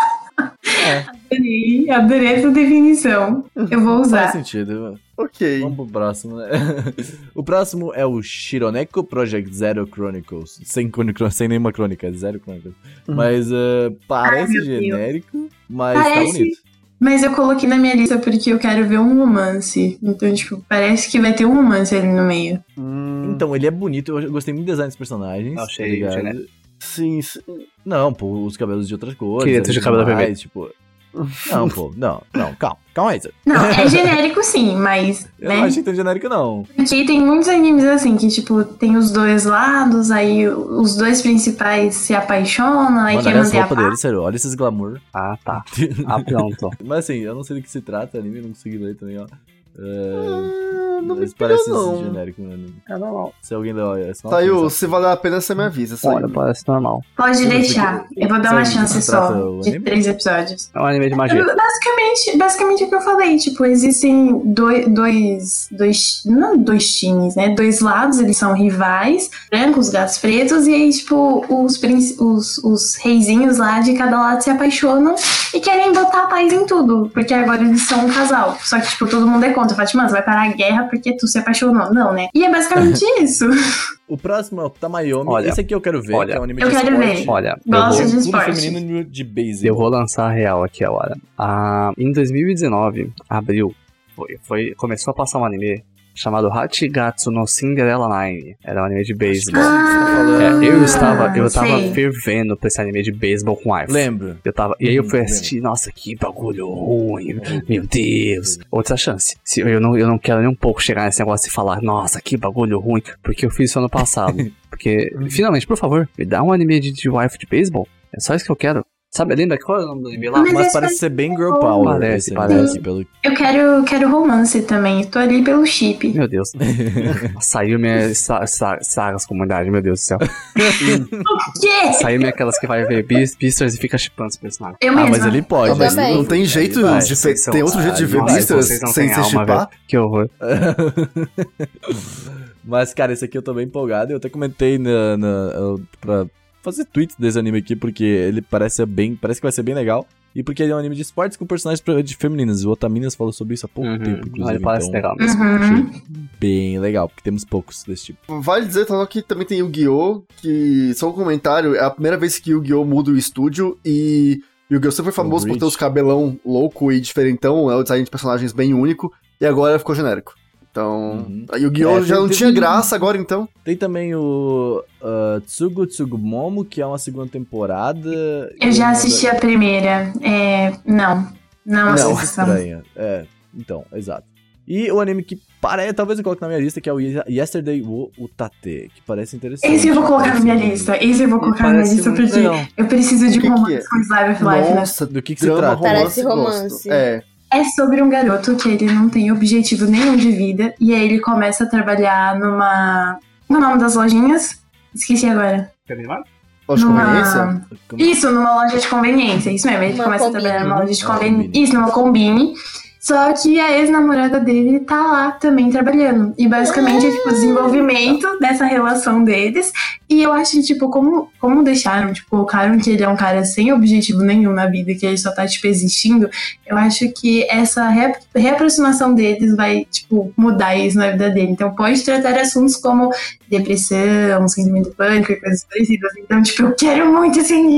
isso? Adorei essa definição. Eu vou Faz usar. sentido. Ok. Vamos pro próximo, né? O próximo é o Shironeko Project Zero Chronicles. Sem nenhuma crônica, Zero Chronicles. Mas parece meu Deus. genérico, mas tá Parece. bonito. Mas eu coloquei na minha lista porque eu quero ver um romance. Então, tipo, parece que vai ter um romance ali no meio. Então, ele é bonito. Eu gostei muito do design dos personagens. Achei tá ligado? genérico. Sim. Não, pô, os cabelos de outras cores. Queria ter de cabelo mais, vermelho. tipo... Não, pô, não, calma aí, Zé. Não, é genérico sim, mas, Eu né? não achei tão genérico, não. Porque tem muitos animes assim, que tipo, tem os dois lados, aí os dois principais se apaixonam, aí Mano, quer olha as manter a roupas paz. dele, sério, olha esses glamour. Ah, tá. Ah, pronto. Mas assim, eu não sei do que se trata, anime, não consegui ler também, ó. Não me Mas pegou, parece não. genérico, né? É normal. Se alguém lê essa Saiu, se valer a pena, você me avisa. Saiu. Olha, parece normal. Pode deixar. Eu vou dar uma Sabe do que chance se trata só o de anime? 3 episódios. É um anime de magia. Basicamente o que eu falei, tipo, existem não dois times, né? Dois lados, eles são rivais, brancos, gatos pretos, e aí, tipo, os reizinhos lá de cada lado se apaixonam e querem botar a paz em tudo, porque agora eles são um casal. Só que, tipo, todo mundo é contra. Fala, mano, você vai parar a guerra porque tu se apaixonou. Não, né? E é basicamente isso. O próximo é o Tamayomi. Olha, esse aqui eu quero ver, que é um anime eu de quero esporte. ver. Olha, Gosto de Tudo esporte. feminino de beisebol. eu vou lançar a real aqui agora. Em 2019, abril, começou a passar um anime chamado Hachigatsu no Cinderella Nine. Era um anime de beisebol. Eu estava sei. fervendo pra esse anime de beisebol com wife. Lembro. E aí eu fui Lembro. assistir, nossa, que bagulho ruim, meu Deus. Outra chance. Eu não quero nem um pouco chegar nesse negócio e falar, nossa, que bagulho ruim, porque eu fiz isso ano passado. Porque, finalmente, por favor, me dá um anime de wife de beisebol. É só isso que eu quero. Sabe, lembra qual é o nome do anime lá? Mas Mas esse parece ser bem girl power. Parece, esse anime parece. aqui, pelo... Eu quero romance também. Tô ali pelo chip. Meu Deus. Saiu minha sagas comunidade, meu Deus do céu. O quê? Saiu minha aquelas que vai ver Beastars e fica chipando os personagens. Eu Ah, mesma. mas ele pode. Ah, mas também. não tem jeito Vai, de vocês Tem outro jeito de ver Nossa, Beastars vocês não sem têm se alma, chipar? velho. Que horror. Mas, cara, esse aqui eu tô bem empolgado. Eu até comentei pra fazer tweets desse anime aqui, porque ele parece que vai ser bem legal. E porque ele é um anime de esportes com personagens de femininas. O Otaminas falou sobre isso há pouco tempo, inclusive. Ele parece Então, legal mesmo. Uhum. bem legal, porque temos poucos desse tipo. Vale dizer também que também tem Yu-Gi-Oh! Que, só um comentário, é a primeira vez que Yu-Gi-Oh! Muda o estúdio e Yu-Gi-Oh! Sempre foi famoso por ter os cabelão louco e diferentão, é o design de personagens bem único, e agora ficou genérico. Então, a Yu-Gi-Oh! Já não tinha graça agora, então. Tem também o Tsugu Tsugumomo, que é uma segunda temporada. Eu já assisti a primeira. Não Não, assisto. estranha. Então, exato. E o anime que talvez eu coloque na minha lista, que é o Yesterday wo Utate, que parece interessante. Esse eu vou colocar na minha lista. Parece muito Porque legal. eu preciso de O que romance que é? com Slive of Life, né? Nossa, Do que se drama, trata? Parece gosto. romance. É sobre um garoto que ele não tem objetivo nenhum de vida. E aí ele começa a trabalhar no nome das lojinhas. Esqueci agora. Loja de conveniência? Isso, numa loja de conveniência. Isso mesmo, ele Uma começa Combini. a trabalhar numa loja de Uma conveniência. Combini. Isso, numa Combini. Só que a ex-namorada dele tá lá também trabalhando. E basicamente é tipo o desenvolvimento dessa relação deles. E eu acho que, tipo, como deixaram, tipo, colocaram que ele é um cara sem objetivo nenhum na vida, que ele só tá, tipo, existindo. Eu acho que essa reaproximação deles vai, tipo, mudar isso na vida dele. Então pode tratar assuntos como depressão, síndrome do pânico e coisas parecidas. Então, tipo, eu quero muito esse anime.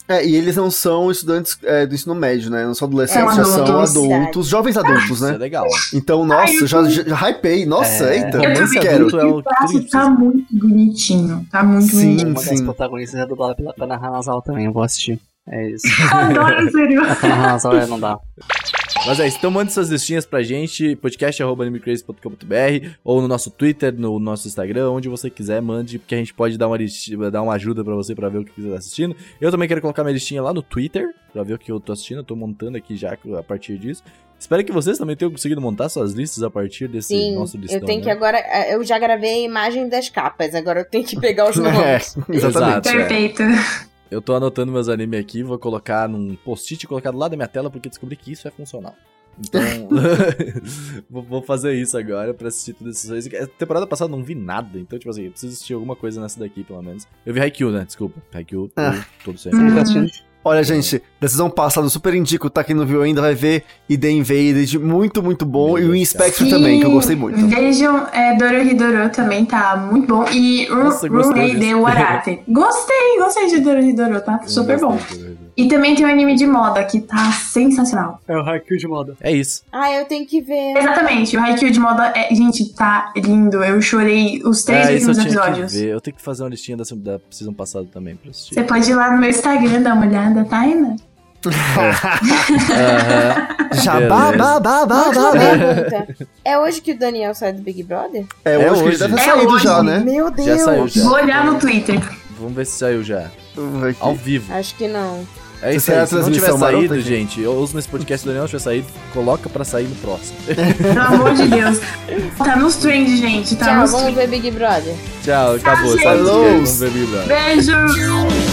E eles não são estudantes do ensino médio, né? Não são adolescentes, São já são adultos. adultos, jovens adultos, Isso é né? legal. Então, nossa, já hypei. Nossa, eita, Eu romance também. quero. adulto é o O que todo mundo traço tá muito bonitinho. Tá muito Sim. bonitinho. Uma das protagonistas é dublada pela Kana Hanazawa também, eu vou assistir. É isso. Adoro, sério. A Kana Hanazawa não dá. Mas é isso, então mande suas listinhas pra gente, podcast@animecrazy.com.br ou no nosso Twitter, no nosso Instagram, onde você quiser, mande, porque a gente pode dar uma ajuda pra você pra ver o que você tá assistindo. Eu também quero colocar minha listinha lá no Twitter, pra ver o que eu tô assistindo, eu tô montando aqui já a partir disso. Espero que vocês também tenham conseguido montar suas listas a partir desse nosso listão. Eu tenho que né? agora... Eu já gravei a imagem das capas, agora eu tenho que pegar os nomes. Exatamente. Exato. Perfeito. Eu tô anotando meus animes aqui, vou colocar num post-it e colocar do lado da minha tela, porque descobri que isso é funcional. Então, vou fazer isso agora pra assistir tudo isso. A temporada passada eu não vi nada, então, tipo assim, eu preciso assistir alguma coisa nessa daqui, pelo menos. Eu vi Haikyuu, né? Desculpa. Haikyuu, todo sempre. Você tá assistindo? Olha, gente, decisão passada, super indico, tá? Quem não viu ainda vai ver The Invaded, muito, muito bom. Meu E o Deus, Inspector também, que eu gostei muito. Vejam, Dorohedoro também tá muito bom. E Nossa, gostou Runei disso. de Warate. Gostei de Dorohedoro, tá super bom. E também tem um anime de moda que tá sensacional. É o Haikyuu de moda. É isso. Eu tenho que ver. Exatamente, o Haikyuu de moda, gente, tá lindo. Eu chorei os 3 isso eu últimos tinha episódios. que ver. Eu tenho que fazer uma listinha da season passada também pra assistir. Você pode ir lá no meu Instagram dar uma olhada, tá, Ana? Jabá, Beleza. Uma pergunta. É hoje que o Daniel sai do Big Brother? hoje que ele hoje. deve ter É saído hoje. já, né? Meu Deus! Já saiu, já. Vou olhar no Twitter. Vamos ver se saiu já. Vamos ver aqui. Ao vivo. Acho que não. É isso Se sair aí. a Se não tiver transmissão marota, saído, gente. gente, eu uso nesse podcast do Daniel, se tiver saído, coloca pra sair no próximo. Pelo amor de Deus. Tá nos trends, gente. Tá Tchau, nos vamos trends. ver Big Brother. Tchau, acabou. gente. Sai do Falou. podcast, vamos ver Big Brother. Beijo!